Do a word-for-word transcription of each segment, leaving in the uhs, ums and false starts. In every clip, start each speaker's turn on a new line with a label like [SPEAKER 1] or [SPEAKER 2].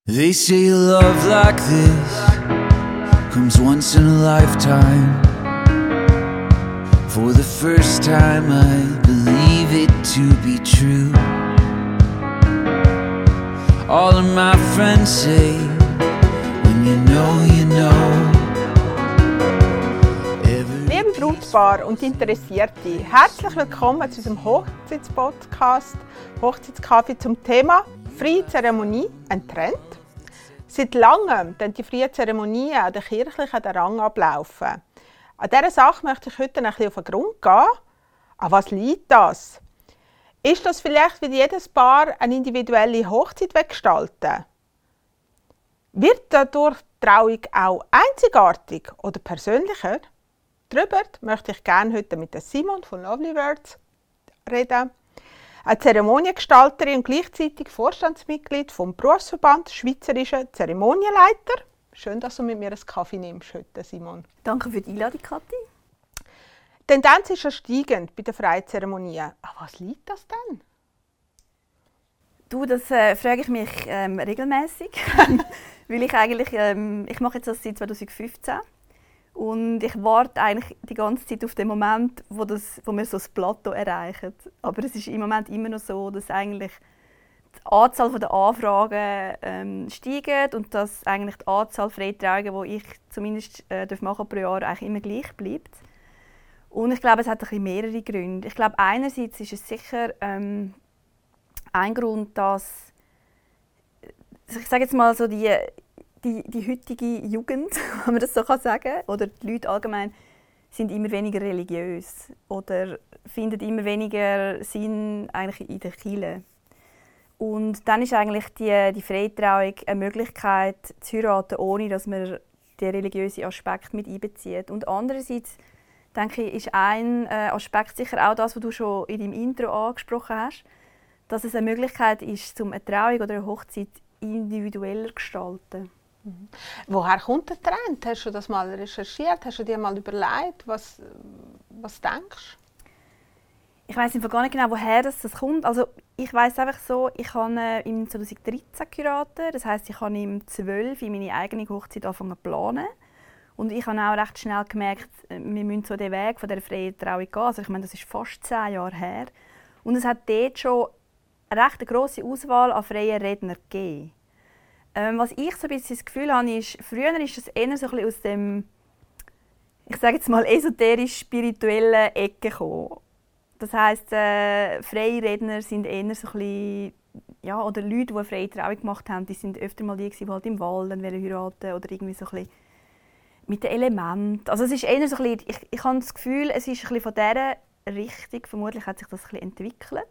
[SPEAKER 1] They say love like this comes once in a lifetime. For the first time I believe it to be true. All of my friends say, when you know, you know.
[SPEAKER 2] Liebe Brautpaar und Interessierte, herzlich willkommen zu unserem Hochzeitspodcast Hochzeitskaffee zum Thema Freie Zeremonie, ein Trend. Seit langem den die freien Zeremonien an den kirchlichen Rang ablaufen. An dieser Sache möchte ich heute ein bisschen auf den Grund gehen. An was liegt das? Ist das vielleicht, wie jedes Paar eine individuelle Hochzeit gestalten? Wird dadurch die Trauung auch einzigartig oder persönlicher? Darüber möchte ich gerne heute mit Simon von Lovely Words reden. Eine Zeremoniengestalterin und gleichzeitig Vorstandsmitglied vom Berufsverband Schweizerischer Zeremonienleiter. Schön, dass du mit mir einen Kaffee nimmst heute, Simon.
[SPEAKER 3] Danke für die Einladung, Kathi.
[SPEAKER 2] Die Tendenz ist ja steigend bei den freien Zeremonien. An was liegt das denn?
[SPEAKER 3] Du, das äh, frage ich mich ähm, regelmäßig, weil ich eigentlich, ähm, ich mache jetzt das seit zwanzig fünfzehn und ich warte eigentlich die ganze Zeit auf den Moment, wo, das, wo wir so das Plateau erreichen. Aber es ist im Moment immer noch so, dass eigentlich die Anzahl der Anfragen ähm, steigt und dass eigentlich die Anzahl Freitrauungen, die ich zumindest äh, machen pro Jahr, eigentlich immer gleich bleibt. Und ich glaube, es hat ein bisschen mehrere Gründe. Ich glaube, einerseits ist es sicher ähm, ein Grund, dass ich sage jetzt mal so die Die, die heutige Jugend, wenn man das so sagen kann, oder die Leute allgemein, sind immer weniger religiös oder finden immer weniger Sinn eigentlich in der Kirche. Und dann ist eigentlich die, die Freitrauung eine Möglichkeit zu heiraten, ohne dass man den religiösen Aspekt mit einbezieht. Und andererseits denke ich, ist ein Aspekt sicher auch das, was du schon in deinem Intro angesprochen hast, dass es eine Möglichkeit ist, um eine Trauung oder eine Hochzeit individueller zu gestalten.
[SPEAKER 2] Mhm. Woher kommt der Trend? Hast du das mal recherchiert? Hast du dir mal überlegt, was, was denkst du?
[SPEAKER 3] Ich weiss gar nicht genau, woher das kommt. Also, ich weiss einfach so, ich habe im zwanzig dreizehn geheiratet. Das heisst, ich habe im zwölf meine eigene Hochzeit angefangen zu planen. Und ich habe auch recht schnell gemerkt, wir müssen so den Weg von der freien Trauung gehen. Also, ich meine, das ist fast zehn Jahre her. Und es hat dort schon eine recht grosse Auswahl an freien Rednern gegeben. Ähm, was ich so ein bisschen das Gefühl habe, ist, früher ist es eher so ein bisschen aus dem, ich sage jetzt mal, esoterisch-spirituellen Ecke gekommen. Das heisst, äh, freie Redner sind eher so ein bisschen, ja, oder Leute, die eine freie Trauung gemacht haben, die sind öfter mal die, die halt im Wald heiraten oder irgendwie so ein bisschen mit den Elementen. Also es ist eher so ein bisschen, ich, ich habe das Gefühl, es ist ein bisschen von dieser Richtung, vermutlich hat sich das ein bisschen entwickelt.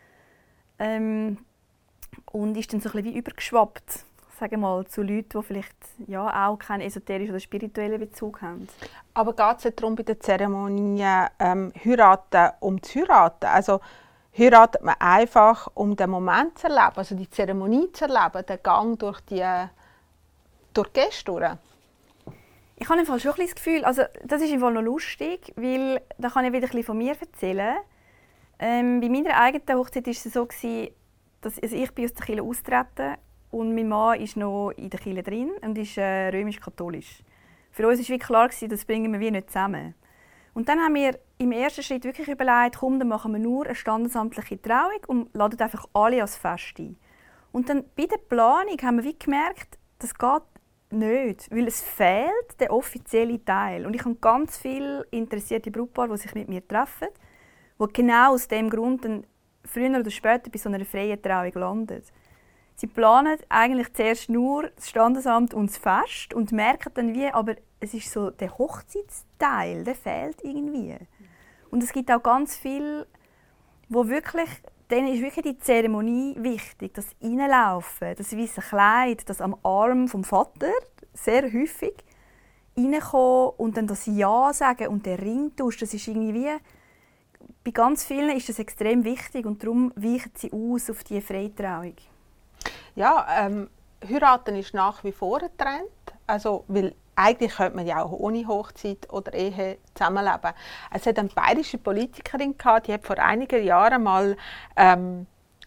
[SPEAKER 3] Ähm, und ist dann so ein bisschen wie übergeschwappt. Sagen wir mal, zu Leuten, die vielleicht ja, auch keinen esoterischen oder spirituellen Bezug haben.
[SPEAKER 2] Aber geht es nicht darum, bei den Zeremonien ähm, heiraten, um zu heiraten? Also heiratet man einfach, um den Moment zu erleben, also die Zeremonie zu erleben, den Gang durch die, durch die Gäste durch?
[SPEAKER 3] Ich habe im Fall schon ein bisschen das Gefühl, also das ist im Fall noch lustig, weil da kann ich wieder ein bisschen von mir erzählen. Ähm, bei meiner eigenen Hochzeit war es so, dass also ich bin aus der Kirche austreten und mein Mann ist noch in der Kirche drin und ist äh, römisch-katholisch. Für uns war klar, das bringen wir wie nicht zusammen. Und dann haben wir im ersten Schritt wirklich überlegt, komm, dann machen wir nur eine standesamtliche Trauung und laden einfach alle als Fest ein. Und dann bei der Planung haben wir wie gemerkt, das geht nicht, weil es fehlt der offizielle Teil. Und ich habe ganz viele interessierte Brautpaare, die sich mit mir treffen, die genau aus diesem Grund dann früher oder später bei so einer freien Trauung landen. Sie planen eigentlich zuerst nur das Standesamt und das Fest und merken dann wie, aber es ist so der Hochzeitsteil, der fehlt irgendwie. Und es gibt auch ganz viele, wo wirklich, denen ist wirklich die Zeremonie wichtig, das Reinlaufen, das weiße Kleid, das am Arm vom Vater, sehr häufig, reinkommen und dann das Ja sagen und der Ringtausch, das ist irgendwie, bei ganz vielen ist das extrem wichtig und darum weichen sie aus auf die Freitrauung.
[SPEAKER 2] Ja, ähm, heiraten ist nach wie vor ein Trend. Also, weil eigentlich könnte man ja auch ohne Hochzeit oder Ehe zusammenleben. Es hat eine bayerische Politikerin gehabt, die hat vor einigen Jahren mal ähm,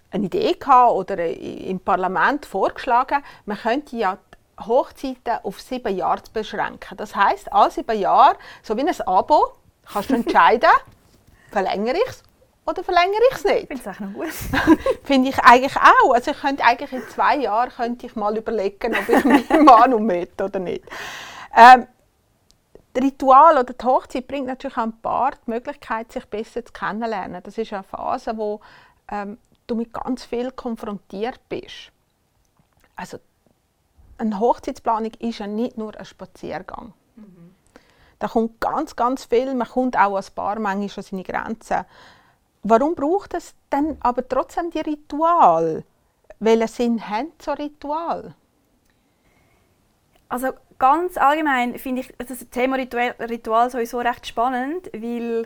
[SPEAKER 2] eine Idee gehabt oder im Parlament vorgeschlagen, man könnte ja die Hochzeiten auf sieben Jahre beschränken. Das heisst, alle sieben Jahre, so wie ein Abo, kannst du entscheiden, verlängere ich es oder verlängere ich es nicht.
[SPEAKER 3] Ich finde es eigentlich noch gut.
[SPEAKER 2] Finde ich eigentlich auch. Also ich könnte eigentlich in zwei Jahren könnte ich mal überlegen, ob ich meinen Mann noch mit oder nicht. Ähm, das Ritual oder die Hochzeit bringt natürlich auch ein Paar die Möglichkeit, sich besser zu kennenlernen. Das ist eine Phase, wo ähm, du mit ganz viel konfrontiert bist. Also eine Hochzeitsplanung ist ja nicht nur ein Spaziergang. Mhm. Da kommt ganz, ganz viel. Man kommt auch als Paar manchmal an seine Grenzen. Warum braucht es dann aber trotzdem die Ritual? Welchen Sinn haben so Ritual?
[SPEAKER 3] Also ganz allgemein finde ich das Thema Ritual, Ritual sowieso recht spannend, weil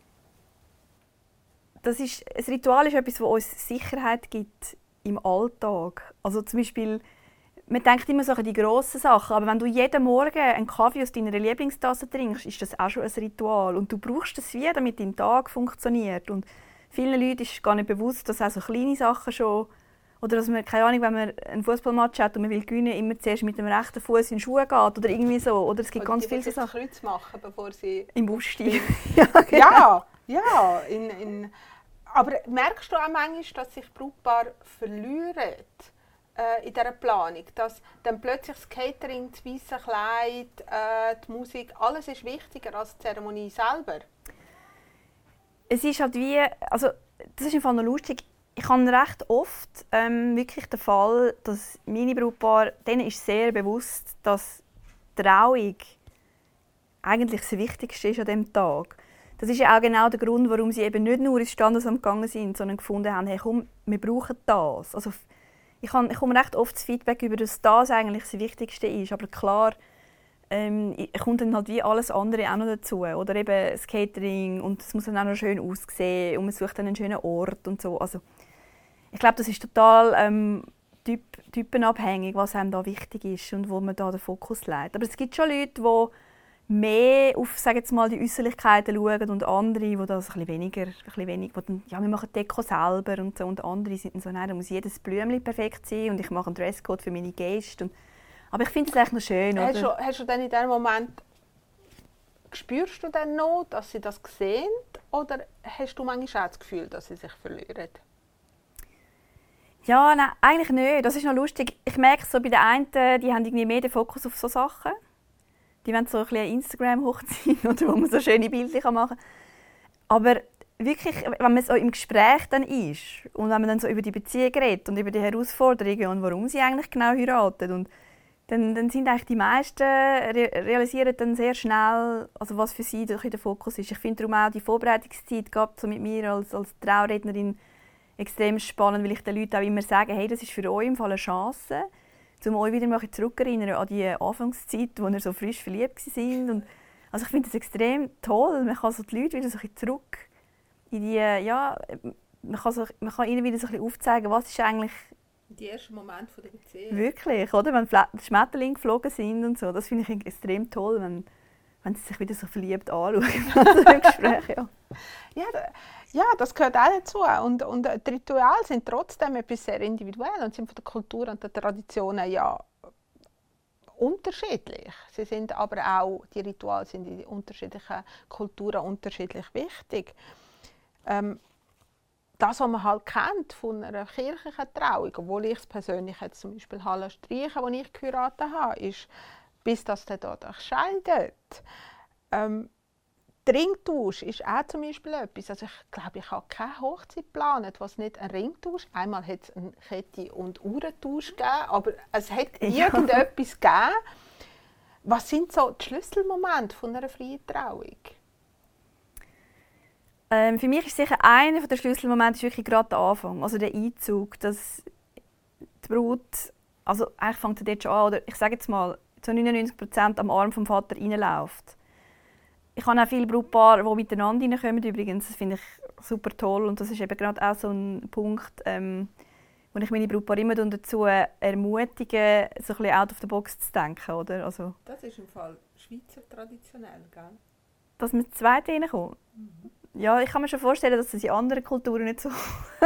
[SPEAKER 3] das ist, ein Ritual ist etwas, das uns Sicherheit gibt im Alltag. Also zum Beispiel, man denkt immer so an die grossen Sachen, aber wenn du jeden Morgen einen Kaffee aus deiner Lieblingstasse trinkst, ist das auch schon ein Ritual. Und du brauchst das wie, damit dein Tag funktioniert. Und vielen Leuten ist gar nicht bewusst, dass auch so kleine Sachen schon, oder dass man, keine Ahnung, wenn man einen Fußballmatch hat und man will gewinnen, immer zuerst mit dem rechten Fuß in den Schuh geht oder irgendwie so. Oder es gibt
[SPEAKER 2] oder
[SPEAKER 3] ganz
[SPEAKER 2] die,
[SPEAKER 3] viele
[SPEAKER 2] so
[SPEAKER 3] Sachen.
[SPEAKER 2] Kreuz machen, bevor sie
[SPEAKER 3] im Bus steigen.
[SPEAKER 2] ja, genau. ja, ja. In, in, aber merkst du auch manchmal, dass sich Brautpaare verlieren äh, in dieser Planung? Dass dann plötzlich das Catering, das weiße Kleid, äh, die Musik, alles ist wichtiger als die Zeremonie selber?
[SPEAKER 3] Es ist halt wie, also das ist im Fall noch lustig. Ich habe recht oft ähm, wirklich den Fall, dass meine Brautpaare, denen ist sehr bewusst, dass die Trauung eigentlich das Wichtigste ist an diesem Tag. Das ist ja auch genau der Grund, warum sie eben nicht nur ins Standesamt gegangen sind, sondern gefunden haben, hey, komm, wir brauchen das. Also ich, habe, ich komme recht oft das Feedback über, dass das eigentlich das Wichtigste ist. Aber klar, ähm, kommt dann halt wie alles andere auch noch dazu. Oder eben das Catering und es muss dann auch noch schön aussehen und man sucht dann einen schönen Ort und so. Also, ich glaube, das ist total ähm, typ, typenabhängig, was einem da wichtig ist und wo man da den Fokus legt. Aber es gibt schon Leute, die mehr auf, sage jetzt mal, die Äußerlichkeiten schauen und andere, die das ein bisschen weniger, ein bisschen weniger, die dann, ja, wir machen Deko selber und so, und andere sind dann so, nein, da muss jedes Blümchen perfekt sein und ich mache einen Dresscode für meine Gäste. Und, aber ich finde es echt noch schön, oder?
[SPEAKER 2] Hast du, hast du dann in diesem Moment, spürst du dann noch, dass sie das sehen, oder hast du manchmal auch das Gefühl, dass sie sich verlieren?
[SPEAKER 3] Ja, nein, eigentlich nicht. Das ist noch lustig. Ich merke so bei den einen, die haben irgendwie mehr den Fokus auf so Sachen. Die wollen so ein bisschen Instagram-Hochzeit oder wo man so schöne Bilder machen kann. Aber wirklich, wenn man so im Gespräch dann ist und wenn man dann so über die Beziehung redet und über die Herausforderungen und warum sie eigentlich genau heiraten, und dann, dann sind eigentlich die meisten re realisieren dann sehr schnell, also was für sie der Fokus ist. Ich finde darum auch die Vorbereitungszeit, gerade so mit mir als, als Traurednerin, extrem spannend, weil ich den Leuten auch immer sage, hey, das ist für euch im Fall eine Chance, um euch wieder mal zurückerinnern an die Anfangszeit, wo ihr so frisch verliebt waren. Und also ich finde das extrem toll. Man kann so die Leute wieder so ein bisschen zurück in die, ja, man kann, so, man kann ihnen wieder so ein bisschen aufzeigen, was ist eigentlich
[SPEAKER 2] die ersten Momente der Beziehung.
[SPEAKER 3] Wirklich, oder? Wenn Schmetterlinge geflogen sind und so. Das finde ich extrem toll, wenn, wenn sie sich wieder so verliebt anschauen. Also im Gespräch, ja.
[SPEAKER 2] Ja, ja, das gehört auch dazu. Und, und die Rituale sind trotzdem etwas sehr individuell und sind von der Kultur und der Traditionen ja unterschiedlich. Sie sind aber auch, die Rituale sind in unterschiedlichen Kulturen unterschiedlich wichtig. Ähm, das, was man halt kennt von einer kirchlichen Trauung, obwohl ich es persönlich jetzt zum Beispiel Halle streichen, wo ich geheiratet habe, ist, bis das dann dadurch scheidet. Ähm, Der Ringtausch ist auch zum Beispiel etwas. Also ich glaube, ich habe keine Hochzeit geplant, was nicht ein Ringtausch. Einmal hat es einen Kette- und Uhrentausch gegeben, aber es hat
[SPEAKER 3] Ja.
[SPEAKER 2] irgendetwas gegeben. Was sind so die Schlüsselmomente von einer freien Trauung?
[SPEAKER 3] Ähm, für mich ist sicher einer der Schlüsselmomente wirklich gerade der Anfang, also der Einzug, dass die Braut, also eigentlich fängt sie dort schon an, oder ich sage jetzt mal, zu neunundneunzig Prozent am Arm vom Vater reinläuft. Ich habe auch viele Brautpaare, die miteinander reinkommen übrigens. Das finde ich super toll. Und das ist eben gerade auch so ein Punkt, ähm, wo ich meine Brautpaare immer dazu ermutige, so ein bisschen out of the box zu denken. Oder? Also,
[SPEAKER 2] Das ist im Fall Schweizer traditionell, gell?
[SPEAKER 3] dass man zu zweit reinkommt. Mhm. Ja, ich kann mir schon vorstellen, dass das in anderen Kulturen nicht so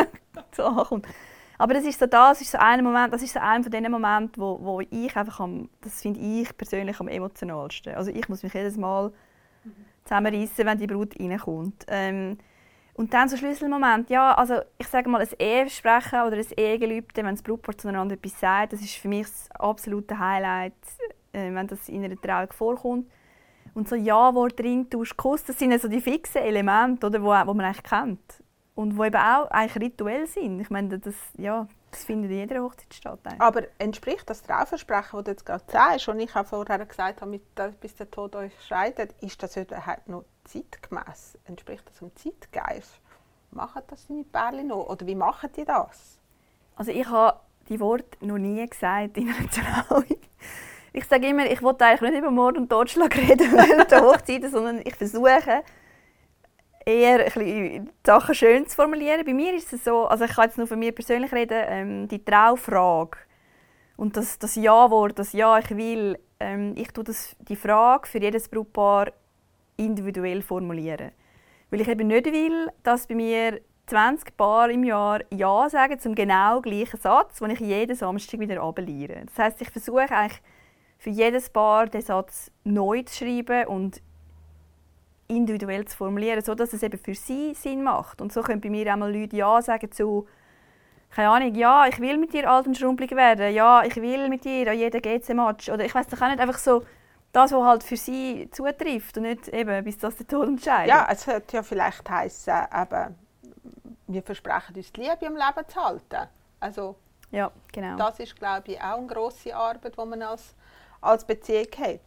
[SPEAKER 3] so ankommt. Aber das ist so das, ist so ein Moment, das ist so einer von diesen Momenten, wo, wo ich einfach am, das finde ich persönlich am emotionalsten. Also ich muss mich jedes Mal zusammenreissen, wenn die Brut reinkommt. Ähm, und dann so Schlüsselmoment, ja, also ich sage mal, ein Eheversprechen oder ein Ehegelübde, wenn das Brautpaar zueinander etwas sagt, das ist für mich das absolute Highlight, äh, wenn das in einer Trauung vorkommt. Und so Ja-Wort, Ringtausch, Kuss, das sind so die fixen Elemente, oder, wo, wo man eigentlich kennt. Und die eben auch eigentlich rituell sind. Ich meine, das, ja, das findet in jeder Hochzeit statt. Eigentlich.
[SPEAKER 2] Aber entspricht das Trauversprechen, das du jetzt gerade sagst, und ich auch vorher gesagt habe, mit, bis der Tod euch scheidet, ist das überhaupt noch zeitgemäß? Entspricht das dem Zeitgeist? Machen das deine Pärchen noch? Oder wie machen die das?
[SPEAKER 3] Also ich habe die Worte noch nie gesagt in einer Trauung. Ich sage immer, ich will eigentlich nicht über Mord und Totschlag reden während der Hochzeit, sondern ich versuche, eher ein bisschen die Sachen schön zu formulieren. Bei mir ist es so, also ich kann jetzt nur von mir persönlich reden, ähm, die Traufrage und das, das Ja-Wort, das Ja, ich will, ähm, ich tue das, die Frage für jedes Brautpaar individuell formulieren. Weil ich eben nicht will, dass bei mir zwanzig Paare im Jahr Ja sagen zum genau gleichen Satz, den ich jeden Samstag wieder abeliere. Das heisst, ich versuche eigentlich für jedes Paar den Satz neu zu schreiben und individuell zu formulieren, sodass es eben für sie Sinn macht. Und so können bei mir auch mal Leute Ja sagen zu, keine Ahnung, ja, ich will mit dir alt und schrumpelig werden, ja, ich will mit dir an jeden G C-Match. Oder ich weiss doch auch nicht, einfach so das, was halt für sie zutrifft und nicht eben, bis das der Tod entscheidet.
[SPEAKER 2] Ja, es könnte ja vielleicht heissen, eben, wir versprechen uns die Liebe am Leben zu halten. Also,
[SPEAKER 3] ja, genau.
[SPEAKER 2] Das ist, glaube ich, auch eine grosse Arbeit, die man als, als Beziehung hat.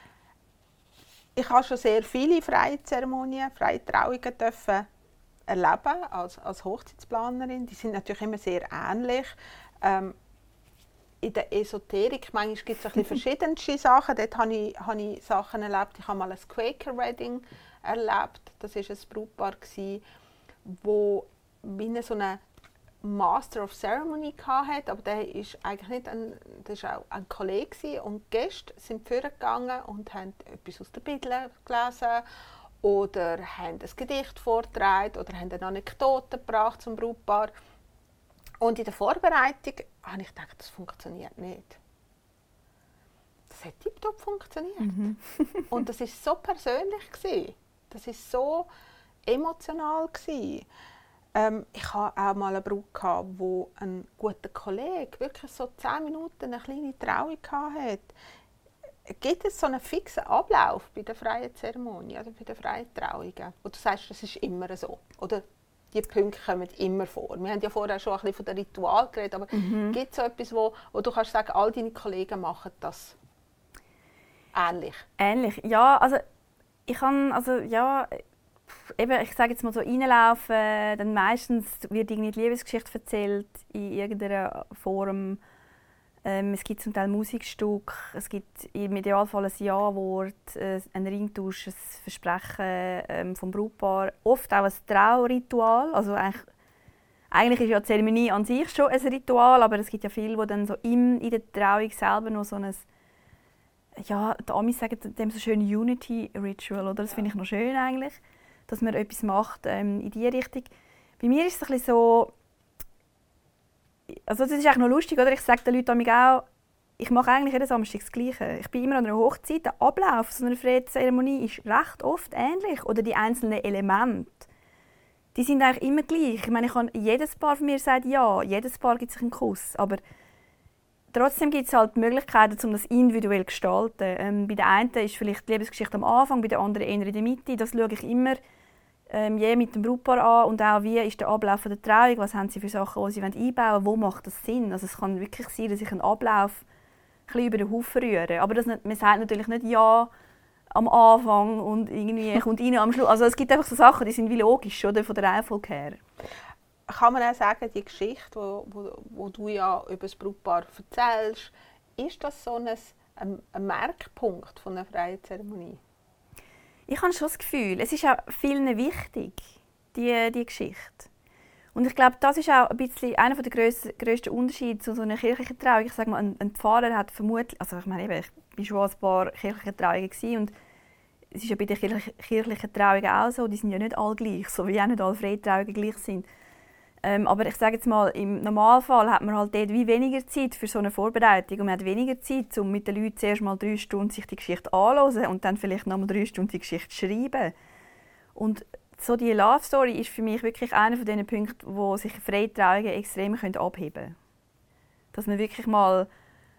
[SPEAKER 2] Ich habe schon sehr viele freie Zeremonien, freie Trauungen dürfen erleben als, als Hochzeitsplanerin. Die sind natürlich immer sehr ähnlich. Ähm, in der Esoterik manchmal gibt es ein bisschen verschiedenste Sachen. Dort habe ich, habe ich Sachen erlebt. Ich habe mal ein Quaker Wedding erlebt. Das war ein Brautpaar, das wie so eine Master of Ceremony hatte, aber der ist eigentlich nicht ein, das ist auch ein Kollege und die Gäste sind vorgegangen und haben etwas aus der Bibel gelesen oder haben ein Gedicht vorgetragen oder haben eine Anekdote gebracht zum Brautpaar. Und in der Vorbereitung habe ich gedacht, das funktioniert nicht. Das hat tiptop funktioniert. Mhm. Und das war so persönlich. Das war so emotional. Ähm, ich hatte auch mal eine Braut, wo ein guter Kollege wirklich so zehn Minuten eine kleine Trauung hatte. Gibt es so einen fixen Ablauf bei der freien Zeremonie oder bei den freien Trauungen? Wo du sagst, das ist immer so? Oder die Punkte kommen immer vor? Wir haben ja vorher schon ein bisschen von dem Ritual geredet, aber mhm. gibt es so etwas, wo, wo du kannst sagen, all deine Kollegen machen das ähnlich?
[SPEAKER 3] Ähnlich, ja. Also ich kann, also ja... Eben, ich sage jetzt mal so, reinlaufen, dann meistens wird irgendwie die Liebesgeschichte erzählt in irgendeiner Form. Ähm, es gibt zum Teil Musikstück, es gibt im Idealfall ein Ja-Wort, äh, ein Ringtausch, ein Versprechen ähm, vom Brautpaar. Oft auch ein Trauritual. Also eigentlich, eigentlich ist ja die Zeremonie an sich schon ein Ritual, aber es gibt ja viele, die dann so in, in der Trauung selber noch so ein, ja, die Amis sagen dem so schön Unity-Ritual, oder? Das finde ich noch schön eigentlich, dass man etwas macht ähm, in diese Richtung. Bei mir ist es ein bisschen so, also das ist eigentlich noch lustig, oder? Ich sage den Leuten auch, ich mache eigentlich jeden Samstag das Gleiche. Ich bin immer an einer Hochzeit, der Ablauf so einer Friedenszeremonie ist recht oft ähnlich. Oder die einzelnen Elemente, die sind eigentlich immer gleich. Ich meine, ich kann, jedes Paar von mir sagt ja, jedes Paar gibt sich einen Kuss, aber trotzdem gibt es halt Möglichkeiten, um das individuell zu gestalten. Ähm, bei der einen ist vielleicht die Lebensgeschichte am Anfang, bei der anderen eher in der Mitte. Das schaue ich immer ähm, je mit dem Brautpaar an und auch, wie ist der Ablauf der Trauung, was haben sie für Sachen, die sie einbauen wollen, wo macht das Sinn. Also es kann wirklich sein, dass ich einen Ablauf ein bisschen über den Haufen rühre. Aber das, man sagt natürlich nicht ja am Anfang und irgendwie kommt rein am Schluss. Also es gibt einfach so Sachen, die sind wie logisch, oder, von der Reihenfolge her.
[SPEAKER 2] Kann man auch sagen, die Geschichte, wo, wo, wo du ja über das Brautpaar erzählst, ist das so ein, ein, ein Merkpunkt von einer freien Zeremonie?
[SPEAKER 3] Ich habe schon das Gefühl, es ist auch vielen wichtig, die, die Geschichte. Und ich glaube, das ist auch ein bisschen einer der grössten, grössten Unterschiede zu so einer kirchlichen Trauung. Ich sage mal, ein, ein Pfarrer hat vermutlich, also ich meine, eben, ich war schon ein paar kirchliche Trauungen gewesen, und es ist ja bei den kirchlichen Trauungen auch so, die sind ja nicht alle gleich, so wie auch nicht alle Freitrauungen gleich sind. Ähm, aber ich sage jetzt mal, im Normalfall hat man halt dort wie weniger Zeit für so eine Vorbereitung und man hat weniger Zeit, um mit den Leuten zuerst mal drei Stunden sich die Geschichte anzuhören und dann vielleicht noch mal drei Stunden die Geschichte zu schreiben. Und so die Love Story ist für mich wirklich einer von diesen Punkten, wo sich Freitrauungen extrem abheben können. Dass man wirklich mal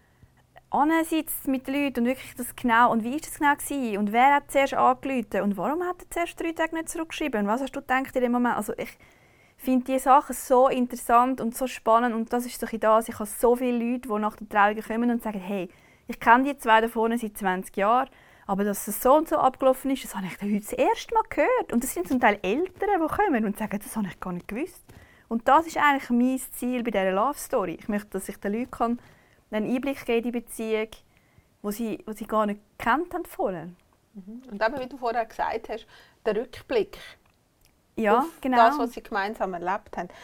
[SPEAKER 3] sitzt mit den Leuten und wirklich das genau, und wie war das genau gewesen? Und wer hat zuerst angerufen und warum hat er zuerst drei Tage nicht zurückgeschrieben und was hast du gedacht in dem Moment? Also ich finde diese Sachen so interessant und so spannend und das ist so ein das. Ich habe so viele Leute, die nach der Trauung kommen und sagen, hey, ich kenne die zwei da vorne seit zwanzig Jahren, aber dass es so und so abgelaufen ist, das habe ich heute das erste Mal gehört. Und das sind zum Teil Eltern, die kommen und sagen, das habe ich gar nicht gewusst. Und das ist eigentlich mein Ziel bei dieser Love Story. Ich möchte, dass ich den Leuten einen Einblick geben in die Beziehung, die sie, die sie gar nicht gekannt haben vorher.
[SPEAKER 2] Und eben, wie du vorher gesagt hast, der Rückblick
[SPEAKER 3] ja,
[SPEAKER 2] auf
[SPEAKER 3] genau.
[SPEAKER 2] das, was sie gemeinsam erlebt haben.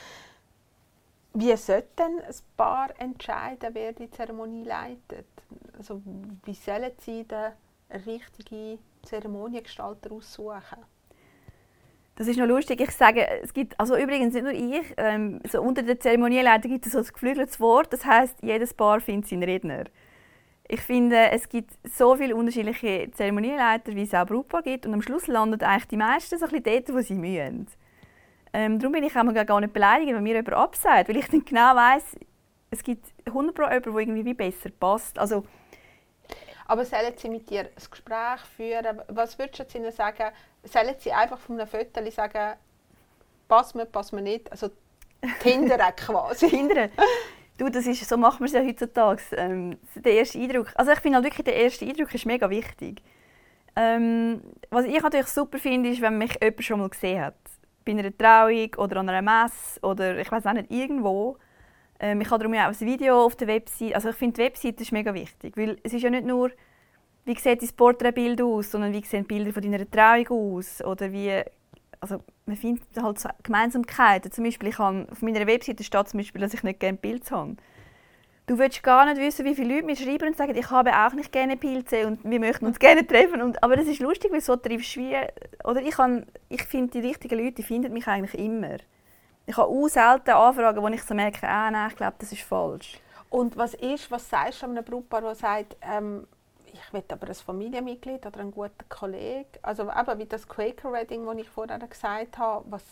[SPEAKER 2] Wie sollte denn ein Paar entscheiden, wer die Zeremonie leitet? Also, wie sollen sie den richtigen Zeremoniengestalter aussuchen?
[SPEAKER 3] Das ist noch lustig. Ich sage, es gibt, also übrigens nicht nur ich, ähm, so unter den Zeremonienleitern gibt es so ein geflügeltes Wort, das heisst, jedes Paar findet seinen Redner. Ich finde, es gibt so viele unterschiedliche Zeremonienleiter, wie es auch Brautpaar gibt, und am Schluss landen eigentlich die meisten so ein bisschen dort, wo sie müssen. Ähm, darum bin ich auch gar nicht beleidigt, wenn mir jemand absagt, weil ich dann genau weiss, es gibt hundert Prozent jemanden, der irgendwie wie besser passt. Also,
[SPEAKER 2] aber sollen Sie mit ihr ein Gespräch führen? Was würdest du ihnen sagen? Sollen Sie einfach von einem Foto sagen, passt mir, passt mir nicht? Also hindern quasi.
[SPEAKER 3] Hindern? Du, das ist, so machen wir es ja heutzutage. Ähm, der erste Eindruck. Also ich finde halt wirklich, der erste Eindruck ist mega wichtig. Ähm, was ich natürlich super finde, ist, wenn mich jemand schon mal gesehen hat. Bei einer Trauung oder an einer Messe oder ich weiß auch nicht, irgendwo. Ähm, ich habe darum ja auch ein Video auf der Website. Also ich finde, die Website ist mega wichtig, weil es ist ja nicht nur, wie sieht dein Porträtbild aus, sondern wie sehen Bilder von deiner Trauung aus oder wie, also man findet halt so Gemeinsamkeiten. Zum Beispiel, ich habe, auf meiner Webseite steht zum Beispiel, dass ich nicht gerne Pilze habe. Du willst gar nicht wissen, wie viele Leute mir schreiben und sagen, ich habe auch nicht gerne Pilze und wir möchten uns gerne treffen. Und, aber das ist lustig, weil so triffst du wie, oder ich, habe, ich finde, die richtigen Leute die finden mich eigentlich immer. Ich habe auch selten Anfragen, wo ich so merke, ah, nein, ich glaube, das ist falsch.
[SPEAKER 2] Und was ist, was sagst du einem Brautpaar, der sagt, ähm, ich will aber ein Familienmitglied oder einen guten Kollegen? Also eben wie das Quaker Wedding, das ich vorher gesagt habe, was,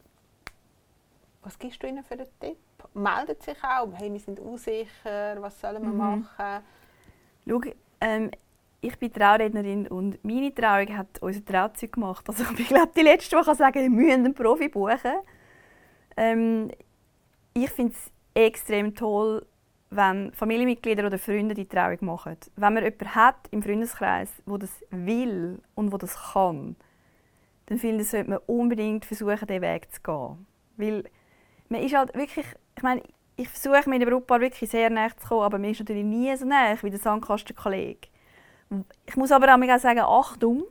[SPEAKER 2] was gibst du ihnen für einen Tipp? Meldet sich auch, hey, wir sind unsicher, was sollen wir mhm. machen?
[SPEAKER 3] Schau, ähm, ich bin Traurednerin und meine Trauung hat unser Trauzeug gemacht. Also ich glaube, die letzte Woche sagen, wir müssen einen Profi buchen. Ähm, ich finde es extrem toll, wenn Familienmitglieder oder Freunde die Trauung machen. Wenn man jemanden hat im Freundeskreis, der das will und der das kann, dann finde ich, sollte man unbedingt versuchen, diesen Weg zu gehen. Weil man ist halt wirklich, ich meine, ich versuche mit dem Brautpaar wirklich sehr nahe zu kommen, aber man ist natürlich nie so nahe wie der Sandkastenkollege. Ich muss aber auch sagen, Achtung,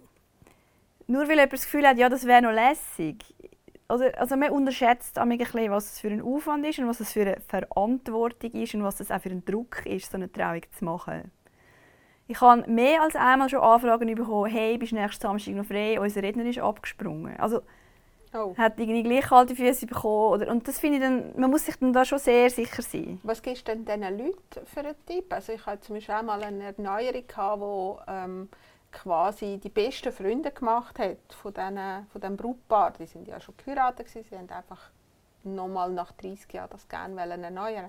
[SPEAKER 3] nur weil jemand das Gefühl hat, ja, das wäre noch lässig. Also, also man unterschätzt ein bisschen, was es für ein Aufwand ist und was es für eine Verantwortung ist und was es auch für ein Druck ist, so eine Trauung zu machen. Ich habe mehr als einmal schon Anfragen bekommen, hey, bist du nächsten Samstag noch frei? Unser Redner ist abgesprungen. Also, oh. Hat irgendwie gleich kalte Füße bekommen. Oder, und das finde ich dann, man muss sich dann da schon sehr sicher sein.
[SPEAKER 2] Was gibst du denn diesen Leuten für einen Tipp? Also ich hatte zum Beispiel auch mal eine Erneuerung, die ähm, quasi die besten Freunde gemacht hat von diesen, von diesem Brautpaar. Die sind ja schon geheiratet, sie haben einfach nochmal nach dreißig Jahren das gerne erneuern.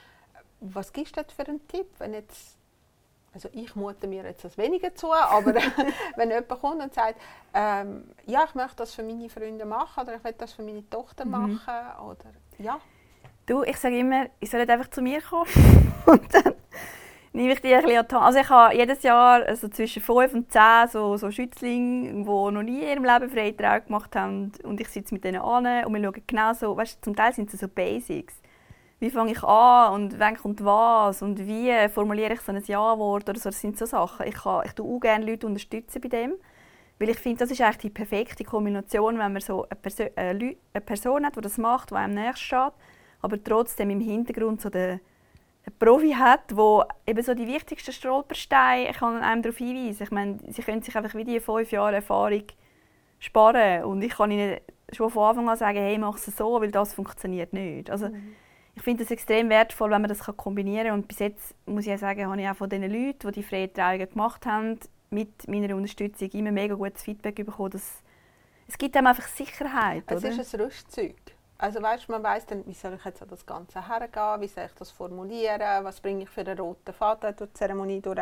[SPEAKER 2] Was gibst du für einen Tipp, wenn jetzt, also ich mute mir jetzt das weniger zu, aber wenn jemand kommt und sagt, ähm, ja, ich möchte das für meine Freunde machen oder ich will das für meine Tochter mhm. machen, oder ja.
[SPEAKER 3] Du, ich sage immer, ich soll einfach zu mir kommen und dann nehme ich die ein bisschen an die Hand. Also ich habe jedes Jahr also zwischen fünf und zehn so, so Schützlinge, die noch nie in ihrem Leben freie Trauung gemacht haben. Und ich sitze mit denen an und wir schauen genau so, weißt, zum Teil sind es so Basics. Wie fange ich an und wann kommt was und wie formuliere ich so ein Ja-Wort oder so. Das sind so Sachen. Ich, kann, ich tue auch gerne Leute unterstützen bei dem, weil ich finde, das ist eigentlich die perfekte Kombination, wenn man so eine, Perso äh, eine Person hat, die das macht, die einem nächst steht, aber trotzdem im Hintergrund so den ein Profi hat, der eben so die wichtigsten Stolpersteine kann einem darauf hinweisen. Ich meine, sie können sich einfach wie die fünf Jahre Erfahrung sparen und ich kann ihnen schon von Anfang an sagen, hey, mach es so, weil das funktioniert nicht. Also, mhm. Ich finde es extrem wertvoll, wenn man das kombinieren kann. Und bis jetzt, muss ich auch sagen, habe ich auch von den Leuten, die die freien Trauungen gemacht haben, mit meiner Unterstützung immer mega gutes Feedback bekommen. Dass es gibt einem einfach Sicherheit.
[SPEAKER 2] Es
[SPEAKER 3] oder?
[SPEAKER 2] ist ein Rüstzeug. Also weißt, man weiss dann, wie soll ich jetzt an das Ganze hergehen, wie soll ich das formulieren, was bringe ich für einen roten Faden durch die Zeremonie durch.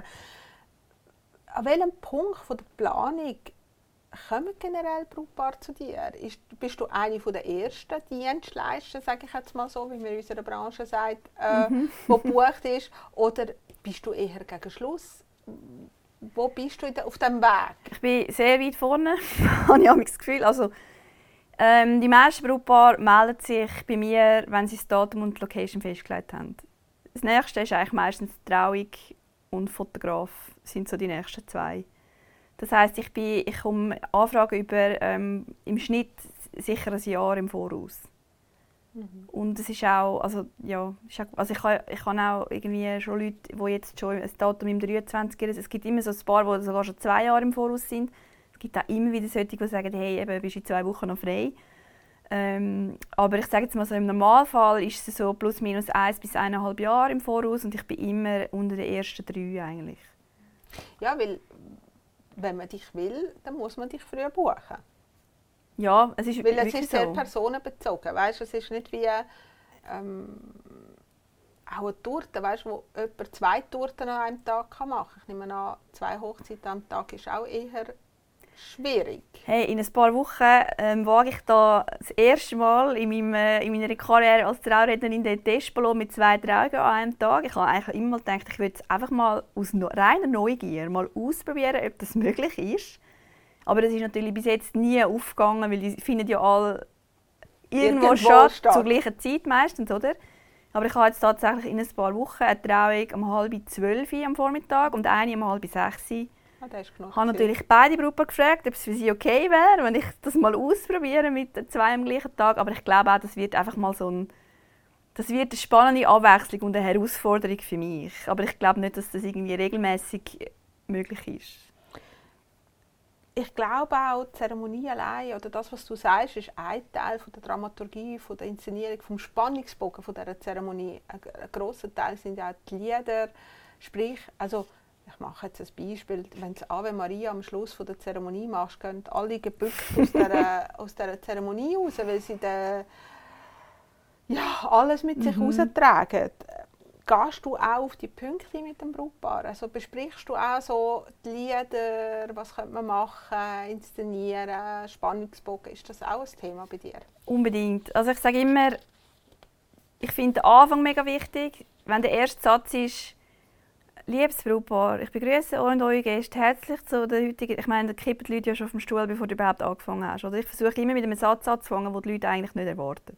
[SPEAKER 2] An welchem Punkt von der Planung kommen generell Brautpaare zu dir? Ist, bist du eine der ersten Dienstleister, sage ich jetzt mal so, wie man in unserer Branche sagt, äh, mhm. die gebucht ist? Oder bist du eher gegen Schluss? Wo bist du in de, auf diesem Weg?
[SPEAKER 3] Ich bin sehr weit vorne, habe ich das Gefühl. Also, ähm, die meisten Brautpaare melden sich bei mir, wenn sie das Datum und die Location festgelegt haben. Das nächste ist eigentlich meistens die Trauung und Fotograf, sind so die nächsten zwei. Das heisst, ich, bin, ich komme Anfragen über ähm, im Schnitt sicher ein Jahr im Voraus. Mhm. Und es ist auch, also ja, ist auch, also ich habe ich habe auch irgendwie schon Leute, die jetzt schon ein Datum im dreiundzwanziger. Es gibt immer so ein paar, die sogar schon zwei Jahre im Voraus sind. Es gibt auch immer wieder solche, die sagen, hey, eben, bist du in zwei Wochen noch frei. Ähm, aber ich sage jetzt mal so, im Normalfall ist es so plus minus eins bis eineinhalb Jahre im Voraus und ich bin immer unter den ersten drei eigentlich.
[SPEAKER 2] Ja, weil wenn man dich will, dann muss man dich früher buchen.
[SPEAKER 3] Ja, es ist
[SPEAKER 2] weil es ist sehr
[SPEAKER 3] so.
[SPEAKER 2] personenbezogen. Weißt, es ist nicht wie ähm, auch eine Torte, weißt, wo jemand zwei Torten an einem Tag machen kann. Ich nehme an, zwei Hochzeiten am Tag ist auch eher schwierig.
[SPEAKER 3] Hey, in ein paar Wochen ähm, wage ich da das erste Mal in, meinem, äh, in meiner Karriere als Traurednerin den Testballon mit zwei Trauungen an einem Tag. Ich habe eigentlich immer gedacht, ich würde es einfach mal aus reiner Neugier mal ausprobieren, ob das möglich ist. Aber das ist natürlich bis jetzt nie aufgegangen, weil die finden ja alle irgendwo, irgendwo statt, statt, zur gleichen Zeit meistens, oder? Aber ich habe jetzt tatsächlich in ein paar Wochen eine Trauung um halb zwölf am Vormittag und eine um halb sechs.
[SPEAKER 2] Ah, ich
[SPEAKER 3] habe natürlich beide Brautpaare gefragt, ob es für sie okay wäre, wenn ich das mal ausprobiere mit zwei am gleichen Tag. Aber ich glaube auch, das wird einfach mal so ein, das wird eine spannende Abwechslung und eine Herausforderung für mich. Aber ich glaube nicht, dass das irgendwie regelmäßig möglich ist.
[SPEAKER 2] Ich glaube auch, die Zeremonie allein oder das, was du sagst, ist ein Teil von der Dramaturgie, von der Inszenierung, vom Spannungsbogen von dieser Zeremonie. Ein, ein grosser Teil sind ja auch die Lieder, sprich, also ich mache jetzt ein Beispiel, wenn du Ave Maria am Schluss von der Zeremonie machst, gehen alle gebückt aus dieser, aus dieser Zeremonie raus, weil sie den, ja, alles mit sich mhm. raustragen. Gehst du auch auf die Punkte mit dem Brautpaar? Also besprichst du auch so die Lieder, was könnte man machen, inszenieren, Spannungsbogen? Ist das auch ein Thema bei dir?
[SPEAKER 3] Unbedingt. Also ich sage immer, ich finde den Anfang mega wichtig. Wenn der erste Satz ist, liebes Brautpaar, ich begrüße euch und eure Gäste herzlich zu der heutigen... Ich meine, da kippen die Leute ja schon auf dem Stuhl, bevor du überhaupt angefangen hast. Oder ich versuche immer mit einem Satz anzufangen, den die Leute eigentlich nicht erwarten.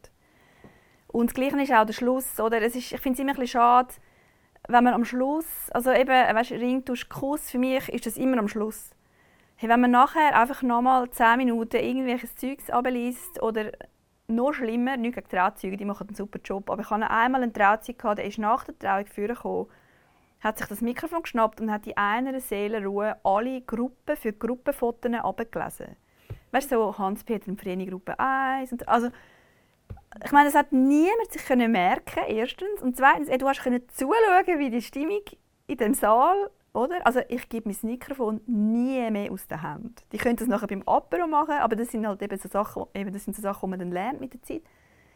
[SPEAKER 3] Und das Gleiche ist auch der Schluss. Oder? Es ist, ich finde es immer ein bisschen schade, wenn man am Schluss... Also eben, weißt, Ring, Tusch, Kuss, für mich ist das immer am Schluss. Hey, wenn man nachher einfach nochmal zehn Minuten irgendwelches Zeugs abliest oder noch schlimmer, nicht gegen Trauzeuge, die machen einen super Job, aber ich hatte einmal einen Trauzeug, der ist nach der Trauung vorgekommen, hat sich das Mikrofon geschnappt und hat in einer Seelenruhe alle Gruppen für Gruppenfotos abgelesen. Weißt du, so Hans-Peter und Vreni Gruppe eins. Und also, ich meine, das hat niemand sich merken, erstens. Und zweitens, ey, du hast zuschauen, wie die Stimmung in dem Saal, oder? Also ich gebe mein Mikrofon nie mehr aus der Hand. Die können das nachher beim Apero machen, aber das sind halt eben so Sachen, eben das sind so Sachen, die man dann lernt mit der Zeit.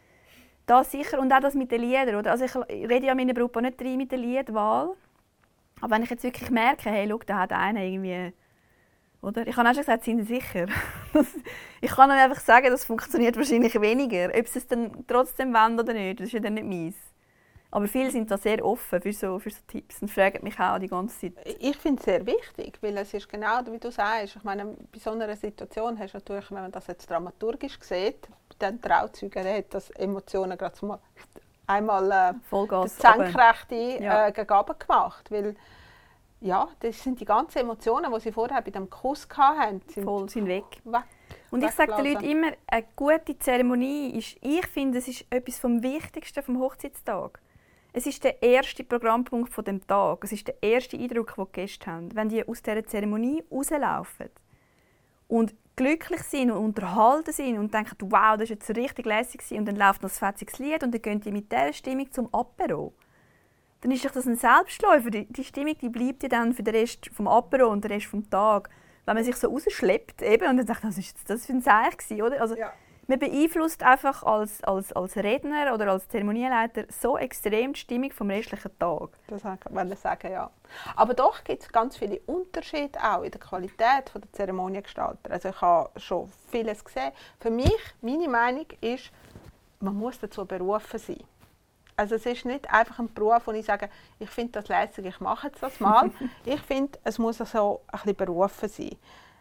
[SPEAKER 3] Das sicher. Und auch das mit den Liedern, oder? Also ich rede ja meiner Gruppe nicht rein mit der Liedwahl. Aber wenn ich jetzt wirklich merke, hey, schau, da hat einer irgendwie... Oder? Ich habe auch schon gesagt, sind Sie sicher? Ich kann Ihnen einfach sagen, das funktioniert wahrscheinlich weniger. Ob Sie es dann trotzdem wollen oder nicht, das ist ja dann nicht meins. Aber viele sind da sehr offen für so, für so Tipps und fragen mich auch die ganze Zeit.
[SPEAKER 2] Ich finde es sehr wichtig, weil es ist genau wie du sagst. Ich meine, bei so einer Situation hast du natürlich, wenn man das jetzt dramaturgisch sieht, bei den Trauzeugen hat das Emotionen gerade mal einmal äh,
[SPEAKER 3] Vollgas
[SPEAKER 2] senkrechte
[SPEAKER 3] ja.
[SPEAKER 2] äh, gegen oben gemacht. Weil, ja, das sind die ganzen Emotionen, die sie vorher bei dem Kuss hatten,
[SPEAKER 3] sind, Voll, sind weg.
[SPEAKER 2] weg.
[SPEAKER 3] Und ich sage den Leuten immer, eine gute Zeremonie ist, ich finde, es ist etwas vom Wichtigsten vom Hochzeitstag. Es ist der erste Programmpunkt von dem Tag. Es ist der erste Eindruck, den die Gäste haben. Wenn die aus dieser Zeremonie rauslaufen und glücklich sind und unterhalten sind und denken, wow, das war jetzt richtig lässig und dann läuft noch ein fetziges Lied und dann gehen die mit dieser Stimmung zum Apero. Dann ist doch das ein Selbstläufer. Die, die Stimmung die bleibt ja dann für den Rest vom Apero und den Rest vom Tag. Wenn man sich so rausschleppt eben, und dann sagt, was war das für ein Zeichen, oder? Also, ja. Man beeinflusst einfach als, als, als Redner oder als Zeremonieleiter so extrem die Stimmung vom restlichen Tag.
[SPEAKER 2] Das kann man sagen, ja. Aber doch gibt es ganz viele Unterschiede auch in der Qualität der Zeremoniengestalter. Also ich habe schon vieles gesehen. Für mich, meine Meinung ist, man muss dazu berufen sein. Also es ist nicht einfach ein Beruf, wo ich sage, ich finde das lässig, ich mache jetzt das mal. Ich finde, es muss also ein bisschen berufen sein.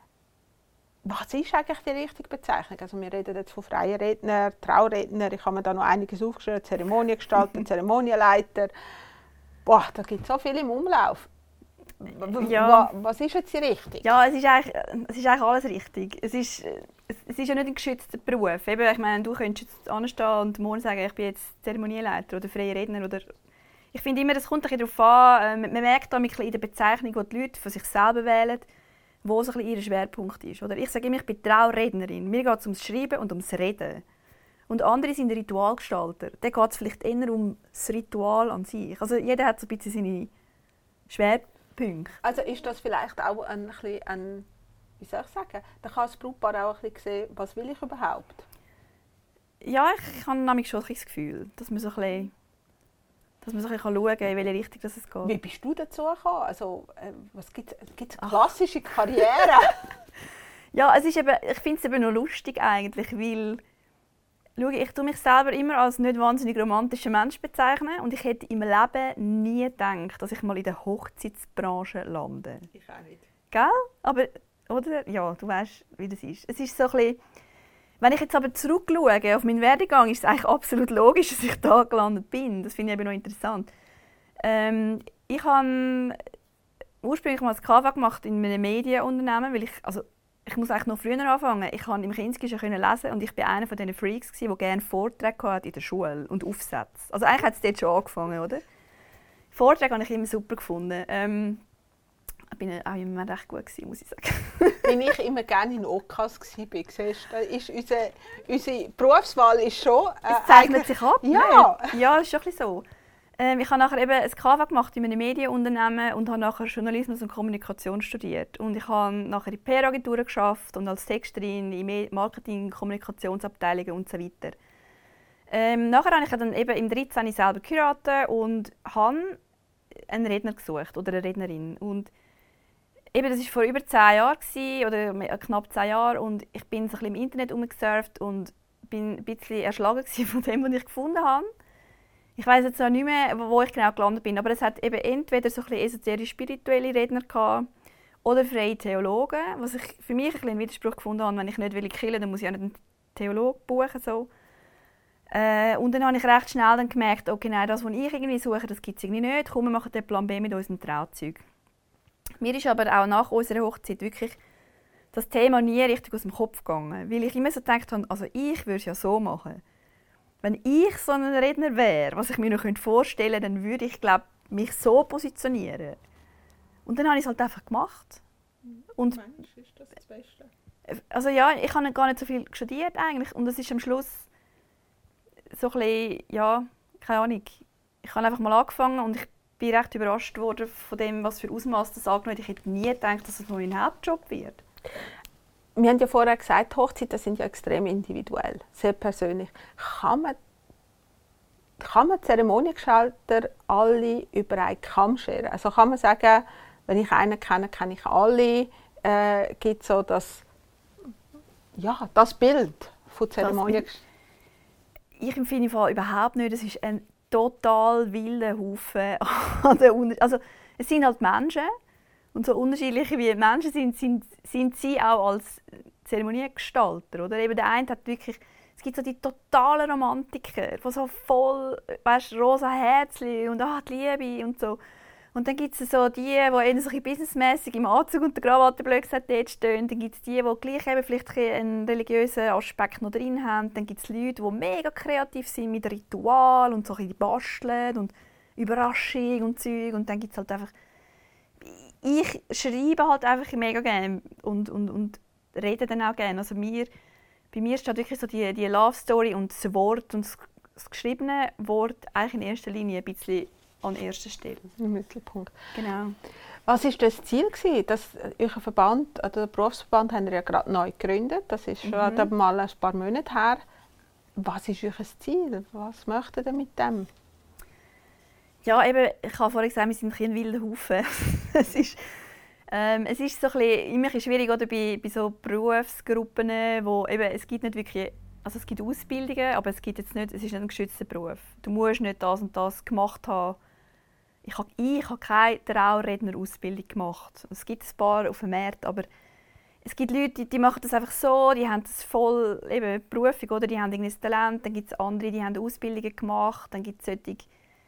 [SPEAKER 2] Was ist eigentlich die richtige Bezeichnung? Also wir reden jetzt von freien Rednern, Trauredner, ich habe mir da noch einiges aufgeschrieben, Zeremoniengestalter, Zeremonienleiter. Boah, da gibt es so viel im Umlauf. Ja. Was ist jetzt die Richtung?
[SPEAKER 3] Ja, es ist eigentlich, es ist eigentlich alles richtig. Es ist, es ist ja nicht ein geschützter Beruf. Eben, ich meine, du könntest jetzt anstehen und morgen sagen, ich bin jetzt Zeremonienleiter oder freier Redner. Oder ich finde immer, es kommt ein bisschen darauf an, man merkt da in der Bezeichnung, die die Leute von sich selber wählen, wo so ein bisschen ihr Schwerpunkt ist. Oder ich sage immer, ich bin Traurednerin. Mir geht es ums Schreiben und ums Reden. Und andere sind Ritualgestalter. Da geht es vielleicht eher um das Ritual an sich. Also jeder hat so ein bisschen seine Schwerpunkte.
[SPEAKER 2] Also ist das vielleicht auch ein, ein, ein wie soll ich sagen, da kann das Brautpaar auch ein bisschen sehen, was will ich überhaupt?
[SPEAKER 3] Ja, ich habe nämlich schon ein das Gefühl, dass man so ein bisschen dass man so ein bisschen schauen kann, in welche Richtung es geht.
[SPEAKER 2] Wie bist du dazu gekommen? Also, äh, was gibt es? Gibt es eine klassische Karriere?
[SPEAKER 3] Ja, es ist eben, ich finde es eben noch lustig eigentlich, weil schau, ich tue mich selber immer als nicht wahnsinnig romantischer Mensch bezeichnen und ich hätte im Leben nie gedacht, dass ich mal in der Hochzeitsbranche lande.
[SPEAKER 2] Ich auch nicht.
[SPEAKER 3] Gell? Aber, oder? Ja, du weißt, wie das ist. Es ist so ein bisschen, wenn ich jetzt aber zurückschaue auf meinen Werdegang, ist es eigentlich absolut logisch, dass ich da gelandet bin. Das finde ich eben noch interessant. Ähm, ich habe ursprünglich mal das K V gemacht in einem Medienunternehmen, weil ich, also ich muss eigentlich noch früher anfangen. Ich konnte im Kinski schon lesen und ich war einer von diesen Freaks, der gerne Vorträge hatte in der Schule und Aufsätze. Also eigentlich hat es dort schon angefangen, oder? Vorträge habe ich immer super gefunden. Ähm, ich bin auch immer recht gut gewesen, muss ich sagen.
[SPEAKER 2] Wenn ich immer gerne in O K S war, siehst du, ist unsere, unsere Berufswahl ist schon...
[SPEAKER 3] Äh, es zeichnet sich ab.
[SPEAKER 2] Ja.
[SPEAKER 3] Ja, das ist schon ein bisschen so. Ähm, ich habe nachher eben ein K V gemacht in einem Medienunternehmen und habe nachher Journalismus und Kommunikation studiert. Und ich habe nachher in P R-Agenturen geschafft und als Texterin in Marketing-, Kommunikationsabteilungen und so weiter. Ähm, nachher habe ich dann eben im dreizehn selber geheiratet und habe einen Redner gesucht oder eine Rednerin. Und eben, das war vor über zehn Jahren gewesen, oder knapp zehn Jahren und ich bin so ein bisschen im Internet rumgesurft und bin ein bisschen erschlagen von dem, was ich gefunden habe. Ich weiss jetzt auch nicht mehr, wo ich genau gelandet bin, aber es hat eben entweder so ein bisschen esoterisch-spirituelle Redner gehabt oder freie Theologen, was ich für mich ein bisschen einen Widerspruch gefunden habe. Wenn ich nicht will killen, dann muss ich auch nicht einen Theologen buchen. So. Äh, und dann habe ich recht schnell dann gemerkt, okay, nein, das, was ich irgendwie suche, das gibt es irgendwie nicht. Komm, wir machen den Plan B mit unserem Trauzeug. Mir ist aber auch nach unserer Hochzeit wirklich das Thema nie richtig aus dem Kopf gegangen, weil ich immer so gedacht habe, also ich würde es ja so machen. Wenn ich so ein Redner wäre, was ich mir noch vorstellen könnte, dann würde ich glaub, mich so positionieren. Und dann habe ich es halt einfach gemacht. Und
[SPEAKER 2] Mensch, ist das das Beste?
[SPEAKER 3] Also ja, ich habe gar nicht so viel studiert eigentlich. Und es ist am Schluss so ein bisschen, ja, keine Ahnung. Ich habe einfach mal angefangen und ich bin recht überrascht worden von dem, was für Ausmaß das angenommen hat. Ich hätte nie gedacht, dass es noch mein Hauptjob wird.
[SPEAKER 2] Wir haben ja vorher gesagt, Hochzeiten sind ja extrem individuell, sehr persönlich. Kann man, kann man Zeremoniengestalter alle über einen Kamm scheren? Also kann man sagen, wenn ich einen kenne, kenne ich alle? Äh, gibt es so das, ja, das Bild von Zeremoniengestaltern?
[SPEAKER 3] Ich empfinde es überhaupt nicht. Es ist ein total wilder Haufen an der Also es sind halt Menschen. Und so unterschiedlich wie Menschen sind, sind, sind sie auch als Zeremoniengestalter. Oder? Eben der eine hat wirklich, es gibt so die totalen Romantiker, die so voll, weißt, rosa Herzchen und ah, die Liebe und so. Und dann gibt es so die, die eher so businessmässig im Anzug und der Krawatte blöd gesagt dort stehen. Dann gibt es die, die gleich eben vielleicht einen religiösen Aspekt noch drin haben. Dann gibt es Leute, die mega kreativ sind mit Ritual und so ein bisschen basteln und Überraschung und Zeug. Und dann gibt es halt einfach... Ich schreibe halt einfach mega gerne und, und, und reden dann auch gerne. Also mir, bei mir steht wirklich so die, die Love Story und das Wort und das, das geschriebene Wort eigentlich in erster Linie ein bisschen an erster Stelle.
[SPEAKER 2] Im Mittelpunkt.
[SPEAKER 3] Genau.
[SPEAKER 2] Was war das Ziel gewesen? Dass euer Verband, also der Berufsverband, haben ja gerade neu gegründet. Das ist schon mhm. mal ein paar Monate her. Was ist euer Ziel? Was möchtet ihr mit dem?
[SPEAKER 3] Ja, eben, ich habe vorhin gesagt, wir sind ein wilder Haufen. es, ist, ähm, es ist so ein bisschen, immer ein bisschen schwierig oder, bei, bei so Berufsgruppen, wo eben, es gibt nicht wirklich, also es gibt Ausbildungen, aber es gibt jetzt nicht, es ist nicht ein geschützter Beruf. Du musst nicht das und das gemacht haben. Ich habe, ich habe keine Trauredner-Ausbildung gemacht. Es gibt ein paar auf dem Markt, aber es gibt Leute, die, die machen das einfach so, die haben das voll eben Berufung, oder die haben irgendein Talent. Dann gibt es andere, die haben Ausbildungen gemacht. Dann gibt es solche,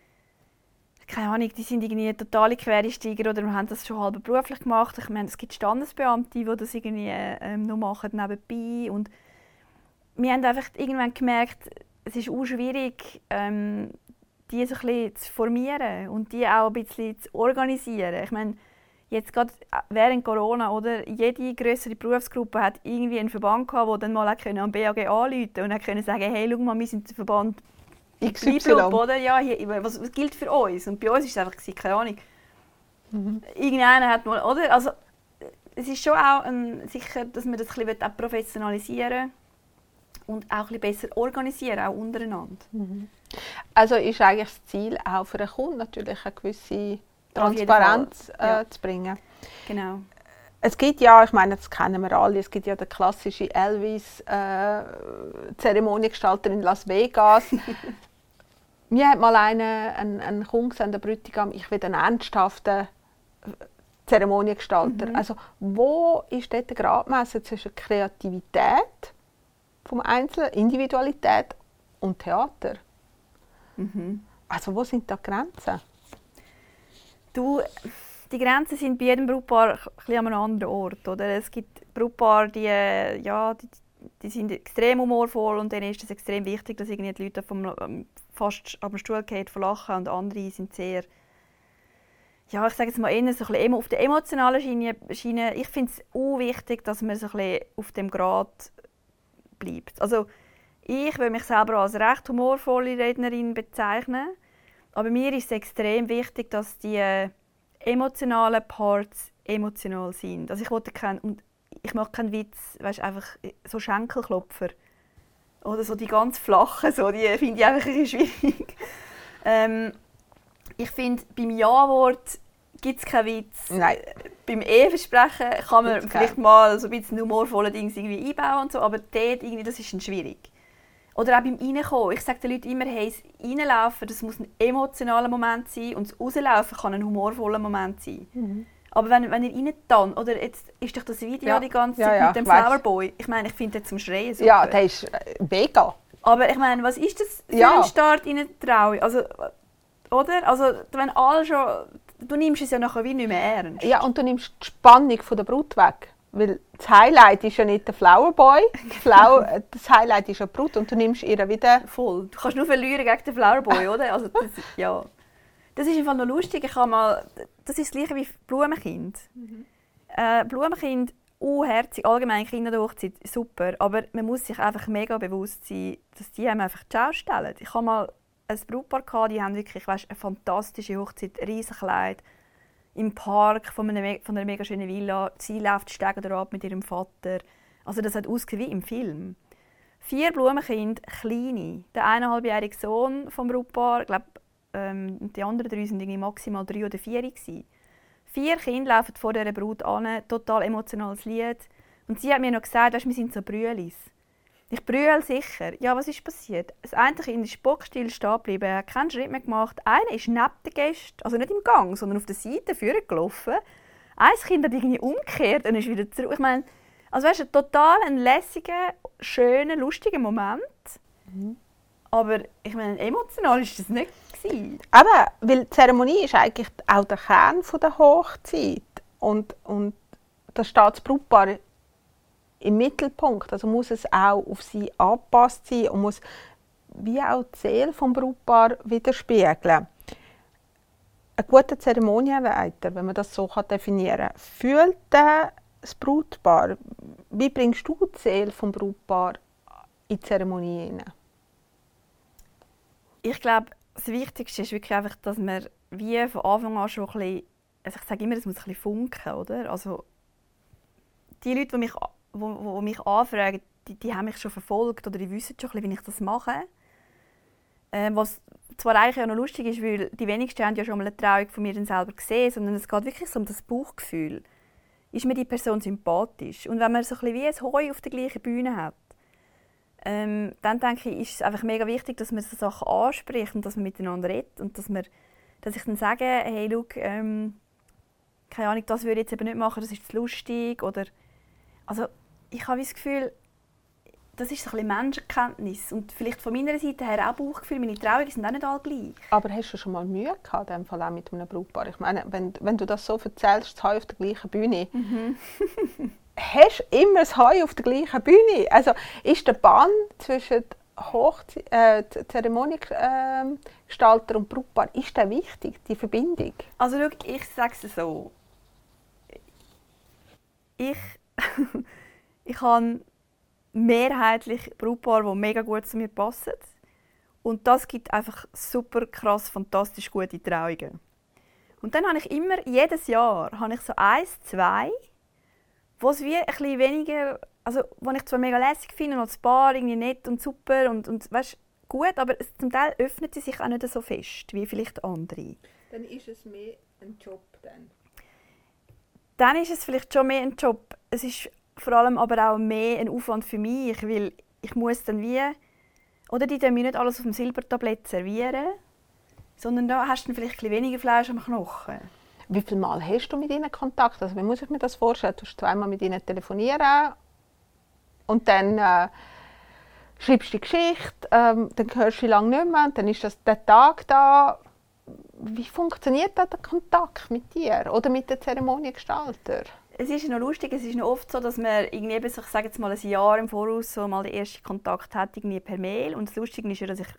[SPEAKER 3] keine Ahnung, die sind irgendwie totale Quereinsteiger oder haben das schon halb beruflich gemacht. Ich meine, es gibt Standesbeamte, die das irgendwie ähm, noch machen nebenbei. Und wir haben einfach irgendwann gemerkt, es ist auch schwierig, ähm, die so ein bisschen zu formieren und die auch ein bisschen zu organisieren. Ich meine, jetzt gerade während Corona, oder, jede grössere Berufsgruppe hat irgendwie einen Verband gehabt, der dann mal auch am B A G anrufen konnte und dann können sagen, hey, schau mal, wir sind der Verband X Y, oder? Ja, hier, was, was gilt für uns? Und bei uns war es einfach, keine Ahnung. Mhm. Irgendeiner hat mal, oder? Also, es ist schon auch ein, sicher, dass man das ein bisschen auch professionalisieren und auch ein bisschen besser organisieren, auch untereinander.
[SPEAKER 2] Mhm. Also ist eigentlich das Ziel auch für den Kunden natürlich eine gewisse Transparenz äh, ja. zu bringen.
[SPEAKER 3] Genau.
[SPEAKER 2] Es gibt ja, ich meine, das kennen wir alle, es gibt ja den klassischen Elvis-Zeremoniegestalter äh, in Las Vegas. Mir hat mal eine, ein, ein Kunde gesagt, der Bräutigam, ich will einen ernsthaften Zeremoniegestalter. Mhm. Also wo ist dort der Gradmesser zwischen Kreativität vom Einzelnen, Individualität und Theater? Mhm. Also wo sind da die Grenzen?
[SPEAKER 3] Du, die Grenzen sind bei jedem Brautpaar ein bisschen an einem anderen Ort. Oder? Es gibt Brautpaare, die, ja, die, die sind extrem humorvoll und denen ist es extrem wichtig, dass irgendwie die Leute vom, fast ab dem Stuhl fallen vor Lachen, und andere sind sehr, ja, ich sage jetzt mal eher so ein bisschen auf der emotionalen Schiene. Schiene. Ich finde es auch wichtig, dass man so ein bisschen auf dem Grad bleibt. Also ich will mich selber als recht humorvolle Rednerin bezeichnen. Aber mir ist es extrem wichtig, dass die äh, emotionalen Parts emotional sind. Also ich wollte kein, und ich mache keinen Witz, weißt, einfach so Schenkelklopfer oder so die ganz flachen, so, die finde ich einfach ein bisschen schwierig. ähm, ich finde, beim Ja-Wort gibt es keinen Witz.
[SPEAKER 2] Nein.
[SPEAKER 3] Beim E-Versprechen kann man gibt's vielleicht kein. mal so ein bisschen humorvolle Dinge irgendwie einbauen und so, aber dort irgendwie, das ist dann schwierig. Oder auch beim Reinkommen. Ich sage den Leuten immer, hey, das Reinlaufen, das muss ein emotionaler Moment sein und das Rauslaufen kann ein humorvoller Moment sein. Mhm. Aber wenn, wenn ihr rein dann, oder jetzt ist doch das Video ja. die ganze Zeit ja, ja, mit dem Flowerboy. Ich meine, ich finde das zum Schreien super.
[SPEAKER 2] Ja, der ist mega.
[SPEAKER 3] Aber ich meine, was ist das für
[SPEAKER 2] ja.
[SPEAKER 3] ein Start in eine Trauung? Also, oder? Also, wenn alle schon, du nimmst es ja nachher wie nicht mehr ernst.
[SPEAKER 2] Ja, und du nimmst die Spannung von der Brut weg. Weil das Highlight ist ja nicht der Flowerboy, das Highlight ist ja die Brut und du nimmst ihr wieder...
[SPEAKER 3] Voll. Du kannst nur verlieren gegen den Flowerboy, oder? Also das, ja. Das ist einfach noch lustig. Ich habe mal, das ist das gleiche wie Blumenkind. Mhm. Äh, Blumenkind, uh, herzig, allgemein Kinder der Hochzeit, super. Aber man muss sich einfach mega bewusst sein, dass die einem einfach die Schau stellen. Ich hatte mal ein Brautpaar gehabt, die haben wirklich, weißt, eine fantastische Hochzeit, ein Riesenkleid. Im Park von einer, von einer mega schönen Villa. Sie läuft Stege ab mit ihrem Vater. Also das hat ausgesehen wie im Film. Vier Blumenkinder, kleine. Der eineinhalbjährige Sohn vom Brautpaar, ich glaube, ähm, die anderen drei waren maximal drei oder vier. Gewesen. Vier Kinder laufen vor dieser Brut an, total emotionales Lied. Und sie hat mir noch gesagt, weißt, wir sind so Brüelis. Ich brülle sicher. Ja, was ist passiert? Das eine Kind ist bockstill stehen geblieben, er hat keinen Schritt mehr gemacht. Einer ist neben den Gästen, also nicht im Gang, sondern auf der Seite vorne gelaufen. Ein Kind hat irgendwie umgekehrt und ist wieder zurück. Ich meine, also weißt du, total ein lässiger, schöner, lustiger Moment. Mhm. Aber ich meine, emotional war das nicht gewesen.
[SPEAKER 2] Aber, weil die Zeremonie ist eigentlich auch der Kern der Hochzeit. Und, und da steht das Brautpaar im Mittelpunkt. Also muss es auch auf sie angepasst sein und muss wie auch die Seele des Brautpaar widerspiegeln. Ein guter Zeremonienleiter, wenn man das so definieren kann, fühlt den das Brautpaar, wie bringst du die Seele vom Brautpaar in die Zeremonie hinein?
[SPEAKER 3] Ich glaube, das Wichtigste ist wirklich einfach, dass man wie von Anfang an schon ein bisschen, also ich sage immer, es muss ein bisschen funken, oder? Also die Leute, die mich, die, die mich anfragen, die, die haben mich schon verfolgt oder die wissen schon ein bisschen, wie ich das mache. Ähm, was zwar eigentlich auch noch lustig ist, weil die wenigsten haben ja schon mal eine Trauung von mir dann selber gesehen, sondern es geht wirklich so um das Bauchgefühl. Ist mir die Person sympathisch? Und wenn man so ein bisschen wie ein Heu auf der gleichen Bühne hat, ähm, dann denke ich, ist es einfach mega wichtig, dass man so Sachen anspricht und dass man miteinander redet und dass, man, dass ich dann sage, hey, schau, ähm, keine Ahnung, das würde ich jetzt eben nicht machen, das ist zu lustig. Oder, also ich habe das Gefühl, das ist so ein bisschen Menschenkenntnis und vielleicht von meiner Seite her auch Bauchgefühl. Meine Trauungen sind auch nicht alle gleich.
[SPEAKER 2] Aber hast du schon mal Mühe gehabt, in dem Fall auch mit einem Brautpaar? Ich meine, wenn, wenn du das so erzählst, das Heu auf der gleichen Bühne, mhm. hast du immer das Heu auf der gleichen Bühne? Also ist der Band zwischen Hochze- äh, Zeremoniegestalter äh, und Brautpaar, ist der wichtig, die Verbindung?
[SPEAKER 3] Also schau, ich sage es so. Ich, ich habe mehrheitlich Brautpaare, die mega gut zu mir passen. Und das gibt einfach super krass, fantastisch gute Trauungen. Und dann habe ich immer, jedes Jahr, habe ich so eins, zwei, wo es wie ein bisschen weniger, also wo ich zwar mega lässig finde und als Paar irgendwie nett und super und, und weißt, gut, aber es, zum Teil öffnet sie sich auch nicht so fest, wie vielleicht andere.
[SPEAKER 2] Dann ist es mehr ein Job dann?
[SPEAKER 3] Dann ist es vielleicht schon mehr ein Job. Es ist vor allem aber auch mehr ein Aufwand für mich, weil ich muss dann wie, oder die mir nicht alles auf dem Silbertablett servieren, sondern da hast du dann vielleicht ein bisschen weniger Fleisch am Knochen.
[SPEAKER 2] Wie viele Mal hast du mit ihnen Kontakt? Also wie muss ich mir das vorstellen? Du hast zweimal mit ihnen telefonieren und dann äh, schreibst du die Geschichte, ähm, dann hörst du sie lange nicht mehr und dann ist das der Tag da. Wie funktioniert da der Kontakt mit dir oder mit dem Zeremoniegestalter?
[SPEAKER 3] Es ist noch lustig, es ist noch oft so, dass man irgendwie, ich sage jetzt mal ein Jahr im Voraus so mal den ersten Kontakt hat, irgendwie per Mail. Und das Lustige ist ja, dass ich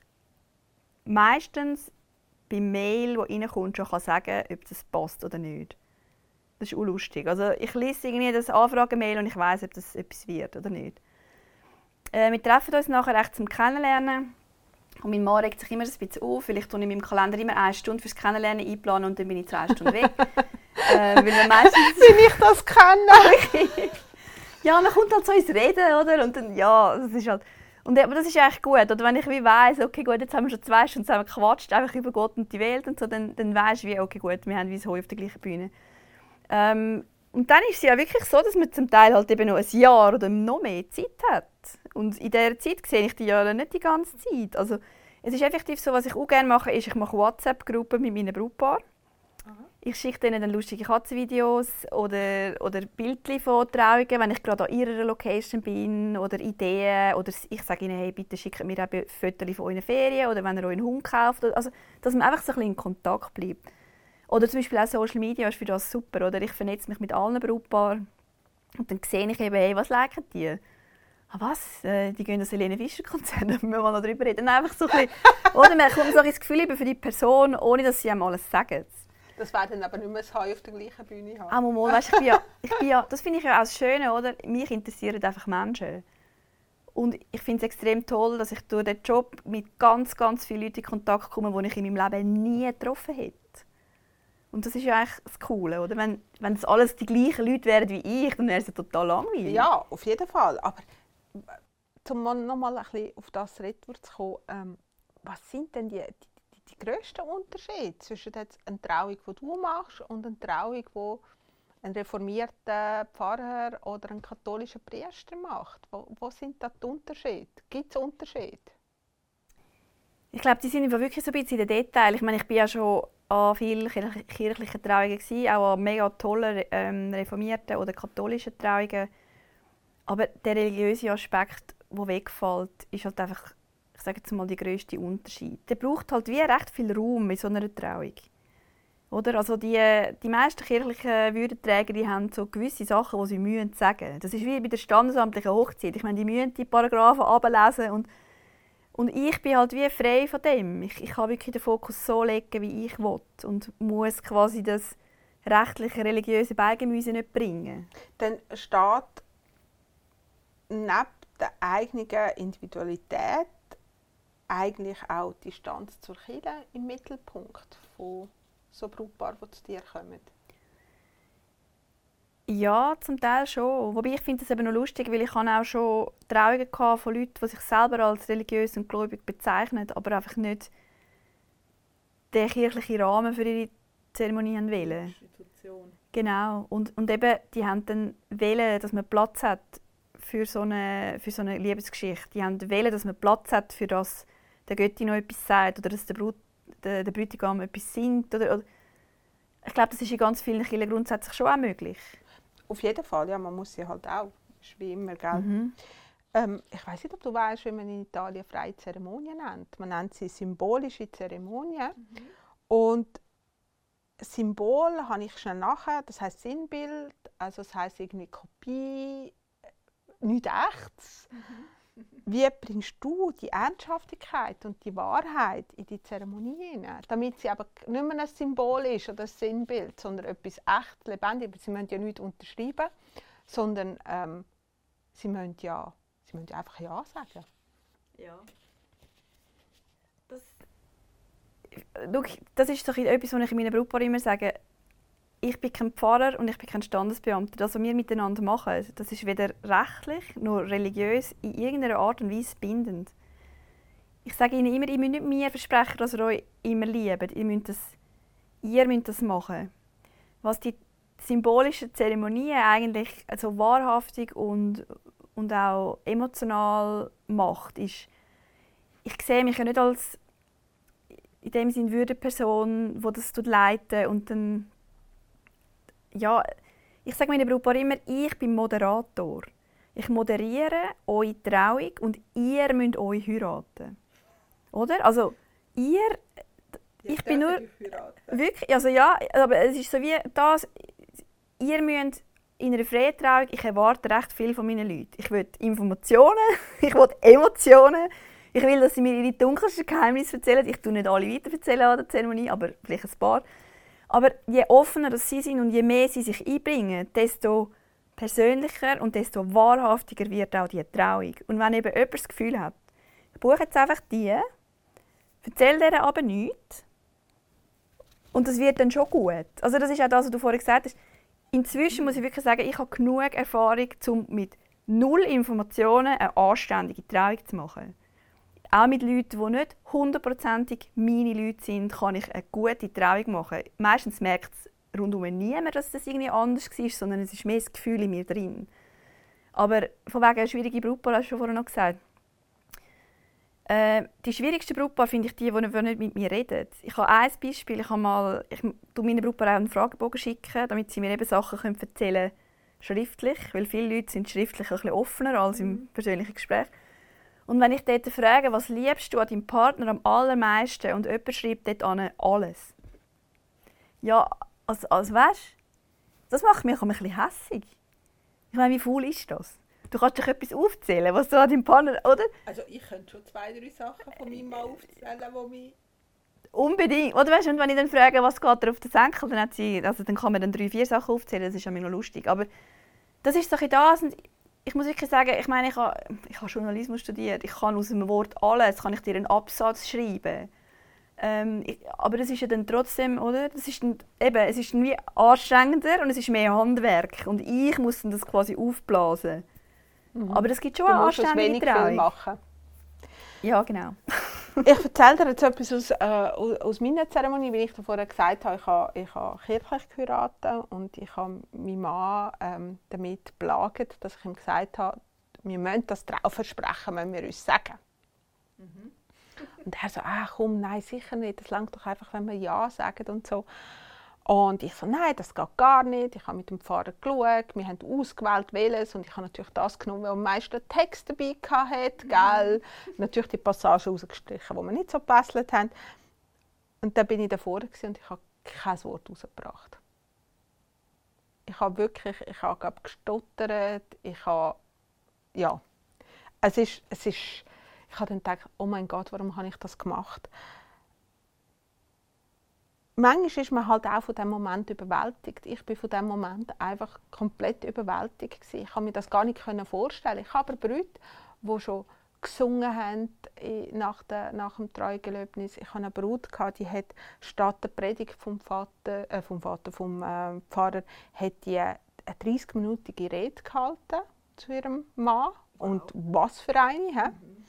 [SPEAKER 3] meistens beim Mail, das reinkommt, schon kann sagen kann, ob das passt oder nicht. Das ist unlustig. Also ich lese irgendwie das Anfragemail und ich weiss, ob das etwas wird oder nicht. Äh, wir treffen uns nachher echt zum Kennenlernen. Und mein Mann regt sich immer ein bisschen auf, weil ich in meinem Kalender immer eine Stunde fürs Kennenlernen einplane und dann bin ich zwei Stunden weg. äh, weil man meistens
[SPEAKER 2] wie ich das kenne.
[SPEAKER 3] Ja, man kommt halt so ins Reden, oder? Und dann, ja, das ist halt... Und, aber das ist eigentlich gut. Oder wenn ich wie weiss, okay, gut, jetzt haben wir schon zwei Stunden zusammen gequatscht, einfach über Gott und die Welt und so, dann, dann weisst du wie, okay, gut, wir haben wie das Heu auf der gleichen Bühne. Ähm, und dann ist es ja wirklich so, dass man zum Teil halt eben noch ein Jahr oder noch mehr Zeit hat. Und in dieser Zeit sehe ich die ja nicht die ganze Zeit. Also, es ist effektiv so, was ich auch gerne mache, ist, ich mache WhatsApp-Gruppen mit meinen Brautpaaren. Ich schicke ihnen dann lustige Katzenvideos oder, oder Bildchen von Trauungen, wenn ich gerade an ihrer Location bin, oder Ideen. Oder ich sage ihnen, hey, bitte schickt mir auch Fotos von euren Ferien oder wenn ihr euch einen Hund kauft. Also, dass man einfach so ein bisschen in Kontakt bleibt. Oder zum Beispiel auch Social Media ist für das super. Oder ich vernetze mich mit allen Brautpaaren und dann sehe ich eben, hey, was liken die? Ah, was? Äh, die gehen das Helene Fischer-Konzert, da müssen wir mal noch drüber reden. Einfach so ein bisschen, oder man kommt so ein das Gefühl über für die Person, ohne dass sie einem alles sagen.
[SPEAKER 2] Das wäre dann aber nicht mehr das Heu auf der gleichen Bühne haben.
[SPEAKER 3] Ah, mal, weißt, ich bin ja, ich bin ja, das finde ich ja auch das Schöne, oder? Mich interessieren einfach Menschen. Und ich finde es extrem toll, dass ich durch diesen Job mit ganz, ganz vielen Leuten in Kontakt komme, die ich in meinem Leben nie getroffen hätte. Und das ist ja eigentlich das Coole, oder? Wenn, wenn es alles die gleichen Leute wären wie ich, dann wäre es ja total langweilig.
[SPEAKER 2] Ja, auf jeden Fall. Aber um noch mal ein bisschen auf das Retour zu kommen, ähm, was sind denn die, die, die grössten Unterschiede zwischen jetzt einer Trauung, die du machst, und einer Trauung, die ein reformierter Pfarrer oder ein katholischer Priester macht? Wo, wo sind da die Unterschiede? Gibt es Unterschiede?
[SPEAKER 3] Ich glaube, die sind wirklich so ein bisschen in den Details. Ich meine, ich bin ja schon an vielen kirchlichen Trauungen gewesen, auch an mega tollen ähm, reformierten oder katholischen Trauungen. Aber der religiöse Aspekt, der wegfällt, ist halt einfach, ich sage jetzt mal, der grösste Unterschied. Der braucht halt wie recht viel Raum in so einer Trauung. Oder? Also die, die meisten kirchlichen Würdenträger, die haben so gewisse Sachen, die sie müssen sagen. Das ist wie bei der standesamtlichen Hochzeit. Ich meine, die müssen die Paragraphen ablesen und Und ich bin halt wie frei von dem. Ich, ich kann wirklich den Fokus so legen, wie ich will. Und muss quasi das rechtlichen, religiösen Beigemüse nicht bringen.
[SPEAKER 2] Dann steht neben der eigenen Individualität eigentlich auch die Distanz zur Kirche im Mittelpunkt von so Brautpaaren, die zu dir kommen?
[SPEAKER 3] Ja, zum Teil schon. Wobei ich finde das eben noch lustig, weil ich auch schon Trauungen hatte von Leuten, die sich selber als religiös und gläubig bezeichnen, aber einfach nicht den kirchlichen Rahmen für ihre Zeremonie wählen.
[SPEAKER 4] Institution.
[SPEAKER 3] Genau. Und, und eben, die haben dann wählen, dass man Platz hat für so eine, für so eine Liebesgeschichte. Die haben wählen, dass man Platz hat, für das der Götti noch etwas sagt oder dass der, Brut, der, der Bräutigam etwas singt. Oder, oder. Ich glaube, das ist in ganz vielen Kirchen grundsätzlich schon auch möglich.
[SPEAKER 2] Auf jeden Fall, ja, man muss sie halt auch. Das ist wie immer, gell?
[SPEAKER 3] Mhm.
[SPEAKER 2] Ähm, ich weiß nicht, ob du weißt, wie man in Italien freie Zeremonien nennt. Man nennt sie symbolische Zeremonien. Mhm. Und Symbol habe ich schon nachher, das heisst Sinnbild, also das heisst irgendwie Kopie, nichts Echtes. Mhm. Wie bringst du die Ernsthaftigkeit und die Wahrheit in die Zeremonie hinein, damit sie aber nicht mehr ein Symbol ist oder ein Sinnbild, sondern etwas echt Lebendiges. Sie müssen ja nichts unterschreiben, sondern ähm, sie müssen ja, sie müssen ja einfach Ja sagen.
[SPEAKER 3] Ja. Das, das ist so etwas, was ich in meinen Brautpaaren immer sage. Ich bin kein Pfarrer und ich bin kein Standesbeamter. Das, was wir miteinander machen, das ist weder rechtlich noch religiös in irgendeiner Art und Weise bindend. Ich sage Ihnen immer, ihr müsst nicht mir versprechen, dass ihr euch immer liebt. Ihr müsst das, ihr müsst das machen. Was die symbolischen Zeremonien eigentlich also wahrhaftig und, und auch emotional macht, ist, ich sehe mich ja nicht als in dem Sinne Würdeperson, die das leitet und dann ja, ich sage meinen Brautpaaren immer, ich bin Moderator. Ich moderiere eure Trauung und ihr müsst euch heiraten. Oder? Also, ihr...
[SPEAKER 4] Ich,
[SPEAKER 3] ich bin nur...
[SPEAKER 4] Heiraten.
[SPEAKER 3] Wirklich, also ja, aber es ist so wie das... Ihr müsst in einer freien Trauung, ich erwarte recht viel von meinen Leuten. Ich will Informationen, ich will Emotionen, ich will, dass sie mir ihre dunkelsten Geheimnisse erzählen. Ich tue nicht alle weiter erzählen an der Zeremonie, aber vielleicht ein paar. Aber je offener dass sie sind und je mehr sie sich einbringen, desto persönlicher und desto wahrhaftiger wird auch die Trauung. Und wenn eben jemand das Gefühl hat, ich buche jetzt einfach die, erzähle denen aber nichts und das wird dann schon gut. Also das ist auch das, was du vorhin gesagt hast. Inzwischen muss ich wirklich sagen, ich habe genug Erfahrung, um mit null Informationen eine anständige Trauung zu machen. Auch mit Leuten, die nicht hundertprozentig meine Leute sind, kann ich eine gute Trauung machen. Meistens merkt es rundum niemand, dass das irgendwie anders war, sondern es ist mehr das Gefühl in mir drin. Aber von wegen schwierige Brautpaare, hast du schon vorhin noch gesagt. Äh, die schwierigsten Brautpaare finde ich die, die nicht mit mir reden. Ich habe ein Beispiel. Ich habe mal, ich tue meinen Brautpaaren auch einen Fragebogen schicken, damit sie mir eben Sachen können erzählen können, schriftlich. Weil viele Leute sind schriftlich ein bisschen offener als im persönlichen Gespräch. Und wenn ich dort frage, was liebst du an deinem Partner am allermeisten, und jemand schreibt dort an alles. Ja, also, also weißt du, das macht mich ein bisschen hässig. Ich meine, wie faul ist das? Du kannst dich etwas aufzählen, was du an deinem Partner, oder?
[SPEAKER 4] Also ich könnte schon zwei, drei Sachen von meinem Mann aufzählen, die mich...
[SPEAKER 3] Unbedingt. Oder weißt du, und wenn ich dann frage, was geht dir auf den Senkel, dann, hat sie, also dann kann man dann drei, vier Sachen aufzählen, das ist ja mir noch lustig. Aber das ist so ein das. Und ich muss wirklich sagen, ich meine, ich habe, ich habe Journalismus studiert. Ich kann aus dem Wort alles, kann ich dir einen Absatz schreiben. Ähm, ich, aber das ist ja dann trotzdem, oder? Das ist dann, eben, es ist dann wie anstrengender und es ist mehr Handwerk. Und ich muss dann das quasi aufblasen. Mhm. Aber das gibt schon eine anständige Trauung.
[SPEAKER 2] Machen.
[SPEAKER 3] Ja, genau.
[SPEAKER 2] Ich erzähle dir jetzt etwas aus, äh, aus meiner Zeremonie, wie ich dir vorher gesagt habe. Ich habe, ich habe kirchlich geheiratet und ich habe meinen Mann ähm, damit belagert, dass ich ihm gesagt habe, wir müssen das Trauversprechen müssen wir uns sagen. Mhm. Und er so, ah, komm, nein, sicher nicht, das reicht doch einfach, wenn wir Ja sagen und so. Und ich so, nein, das geht gar nicht. Ich habe mit dem Pfarrer geschaut, wir haben ausgewählt, welches. Und ich habe natürlich das genommen, was am meisten Text dabei hatte. Mhm. Gell? Natürlich die Passagen rausgestrichen, die wir nicht so gepasselt haben. Und dann bin ich davor und ich habe kein Wort rausgebracht. Ich habe wirklich, ich habe glaub, gestottert. Ich habe, ja, es ist, es ist, ich habe dann gedacht, oh mein Gott, warum habe ich das gemacht? manchmal ist man halt auch von diesem Moment überwältigt. Ich bin von diesem Moment einfach komplett überwältigt gewesen. Ich konnte mir das gar nicht vorstellen. Ich habe aber Leute, die schon gesungen haben nach, der, nach dem Treugelöbnis. Ich hatte eine Brut, die hat statt der Predigt vom Vater, äh, vom, Vater vom äh, Pfarrer, hat die eine dreißig-minütige Rede gehalten zu ihrem Mann. Wow. Und was für eine. He? Mhm.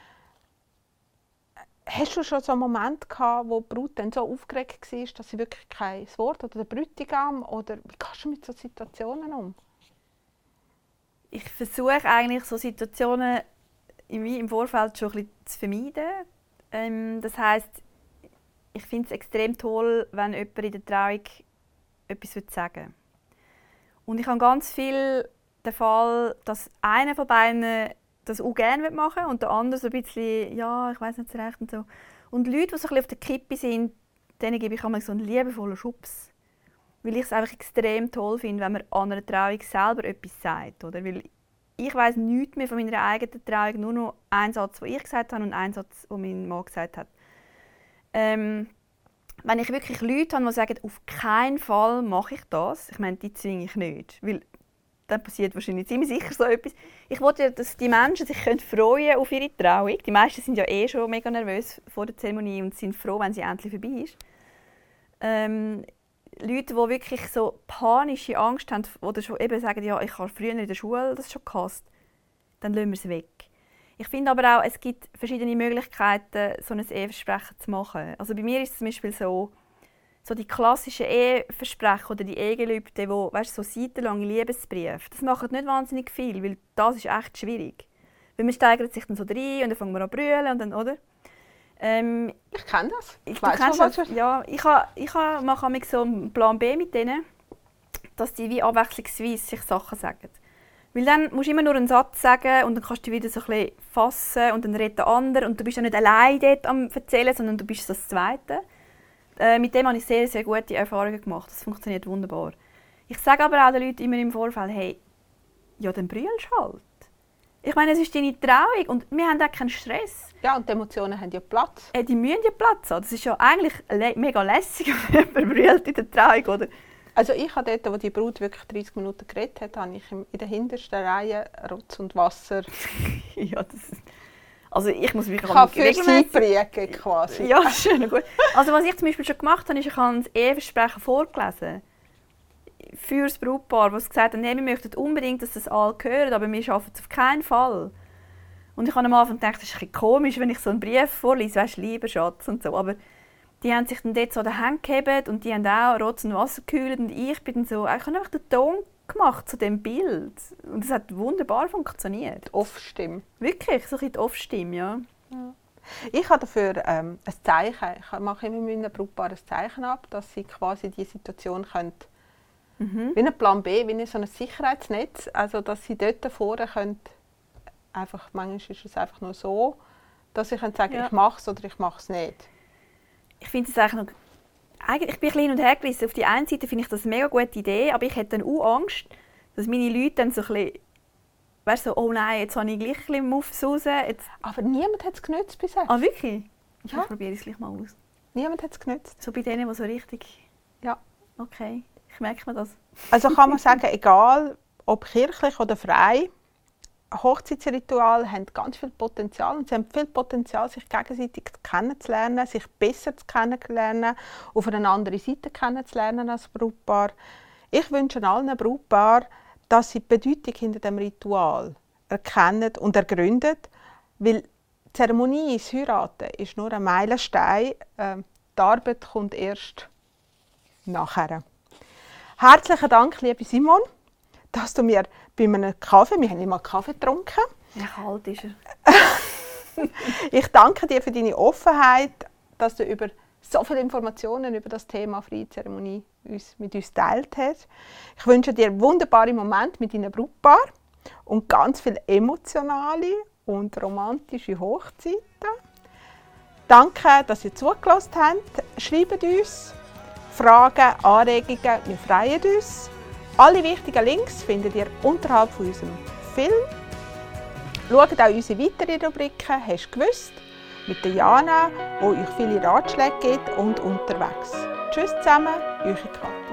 [SPEAKER 2] Hast du schon so einen Moment gehabt, wo die Brut dann so aufgeregt war, dass sie wirklich kein Wort oder der Bräutigam, oder wie gehst du mit solchen Situationen um?
[SPEAKER 3] Ich versuche eigentlich so Situationen im Vorfeld schon ein bisschen zu vermeiden. Ähm, das heisst, ich finde es extrem toll, wenn jemand in der Trauung etwas sagen will. Und ich habe ganz viel den Fall, dass einer von beiden das auch gerne machen will und der andere so ein bisschen, ja, ich weiß nicht so recht und so. Und Leute, die so ein bisschen auf der Kippe sind, denen gebe ich einmal so einen liebevollen Schubs. Weil ich es einfach extrem toll finde, wenn man an einer Trauung selber etwas sagt. Oder? Weil ich weiss nichts mehr von meiner eigenen Trauung, nur noch einen Satz, den ich gesagt habe und einen Satz, den mein Mann gesagt hat. Ähm, wenn ich wirklich Leute habe, die sagen, auf keinen Fall mache ich das, ich meine, die zwinge ich nicht, weil dann passiert wahrscheinlich ziemlich sicher so etwas. Ich wollte, dass die Menschen sich freuen auf ihre Trauung. Die meisten sind ja eh schon mega nervös vor der Zeremonie und sind froh, wenn sie endlich vorbei ist. Ähm, Leute, die wirklich so panische Angst haben oder schon eben sagen, ja, ich habe früher in der Schule das schon gehasst, dann lassen wir es weg. Ich finde aber auch, es gibt verschiedene Möglichkeiten, so ein Eheversprechen zu machen. Also bei mir ist es zum Beispiel so, so die klassischen Eheversprechen oder die Ehegelübde, wo, weißt, so seitenlange Liebesbriefe, das macht nicht wahnsinnig viel, weil das ist echt schwierig. Weil man steigert sich dann so rein und dann fängt man an zu brüllen und dann, oder? Ähm,
[SPEAKER 2] ich kenne das.
[SPEAKER 3] Ich weiss schon, was das. Ja, ich, ha, ich ha, mache manchmal so einen Plan B mit denen, dass die wie abwechslungsweise sich Sachen sagen. Weil dann musst du immer nur einen Satz sagen und dann kannst du wieder so ein bisschen fassen und dann redet der andere und du bist ja nicht allein dort am Erzählen, sondern du bist das Zweite. Äh, mit dem habe ich sehr, sehr gute Erfahrungen gemacht. Das funktioniert wunderbar. Ich sage aber auch den Leuten immer im Vorfeld, hey, ja, dann brüllst du halt. Ich meine, es ist deine Trauung und wir haben auch keinen Stress.
[SPEAKER 2] Ja, und die Emotionen haben ja Platz.
[SPEAKER 3] Äh, die müssen ja Platz haben. Das ist ja eigentlich le- mega lässig, wenn man brüllt in der Trauung, oder?
[SPEAKER 2] Also ich habe dort, wo die Brut wirklich dreißig Minuten geredet hat, habe ich in der hintersten Reihe Rotz und Wasser.
[SPEAKER 3] Ja, das ist... Also ich muss mich
[SPEAKER 2] ich habe für sie prägen, quasi.
[SPEAKER 3] Ja, schön, gut. Also was ich zum Beispiel schon gemacht habe, ist, ich habe das Eheversprechen vorgelesen. Für das Brautpaar, das gesagt hat, nee, wir möchten unbedingt, dass das alle hören, aber wir schaffen es auf keinen Fall. Und ich habe am Anfang gedacht, das ist ein bisschen komisch, wenn ich so einen Brief vorlese, weißt, lieber Schatz und so. Aber die haben sich dann dort so den Händen gehabt und die haben auch Rotz und Wasser gekühlt und ich bin dann so, ich habe einfach den Ton gemacht zu dem Bild. Und es hat wunderbar funktioniert.
[SPEAKER 2] Die Off-Stimme.
[SPEAKER 3] Wirklich, so ein bisschen die Off-Stimme, ja.
[SPEAKER 2] ja. Ich habe dafür ähm, ein Zeichen. Ich mache immer mit einem Brautpaar ein Zeichen ab, dass sie quasi die Situation können, mhm. wie ein Plan B, wie so ein Sicherheitsnetz, also dass sie dort vorne können, einfach, manchmal ist es einfach nur so, dass sie können sagen, ja. ich mache es oder ich mache es nicht.
[SPEAKER 3] Ich finde es eigentlich noch, eigentlich, ich bin ein bisschen hin und her gerissen. Auf die einen Seite finde ich das eine mega gute Idee, aber ich hätte dann auch Angst, dass meine Leute dann so ein bisschen, weißt, so, oh nein, jetzt habe ich gleich ein bisschen Muffs raus. Jetzt.
[SPEAKER 2] Aber niemand hat es genützt bis jetzt.
[SPEAKER 3] Ah, wirklich?
[SPEAKER 2] Ja.
[SPEAKER 3] Ich probiere es gleich mal aus.
[SPEAKER 2] Niemand hat es genützt.
[SPEAKER 3] So bei denen, die so richtig...
[SPEAKER 2] Ja.
[SPEAKER 3] Okay, ich merke mir das.
[SPEAKER 2] Also kann man sagen, egal ob kirchlich oder frei, Hochzeitsrituale haben ganz viel Potenzial und sie haben viel Potenzial, sich gegenseitig kennenzulernen, sich besser kennenzulernen, auf eine andere Seite kennenzulernen als Brautpaar. Ich wünsche allen Brautpaaren, dass sie die Bedeutung hinter dem Ritual erkennen und ergründen, weil die Zeremonie, das Heiraten, ist nur ein Meilenstein. Die Arbeit kommt erst nachher. Herzlichen Dank, liebe Simon, dass du mir bei einem Kaffee, wir haben immer Kaffee getrunken.
[SPEAKER 3] Ja, kalt ist er.
[SPEAKER 2] Ich danke dir für deine Offenheit, dass du über so viele Informationen über das Thema freie Zeremonie uns, mit uns geteilt hast. Ich wünsche dir wunderbare Momente mit deinem Brautpaar und ganz viele emotionale und romantische Hochzeiten. Danke, dass ihr zugelassen habt. Schreibt uns Fragen, Anregungen, wir freuen uns. Alle wichtigen Links findet ihr unterhalb von unserem Film. Schaut auch unsere weiteren Rubriken «Hast du gewusst?» mit der Jana, die euch viele Ratschläge gibt und unterwegs. Tschüss zusammen, eure Katja.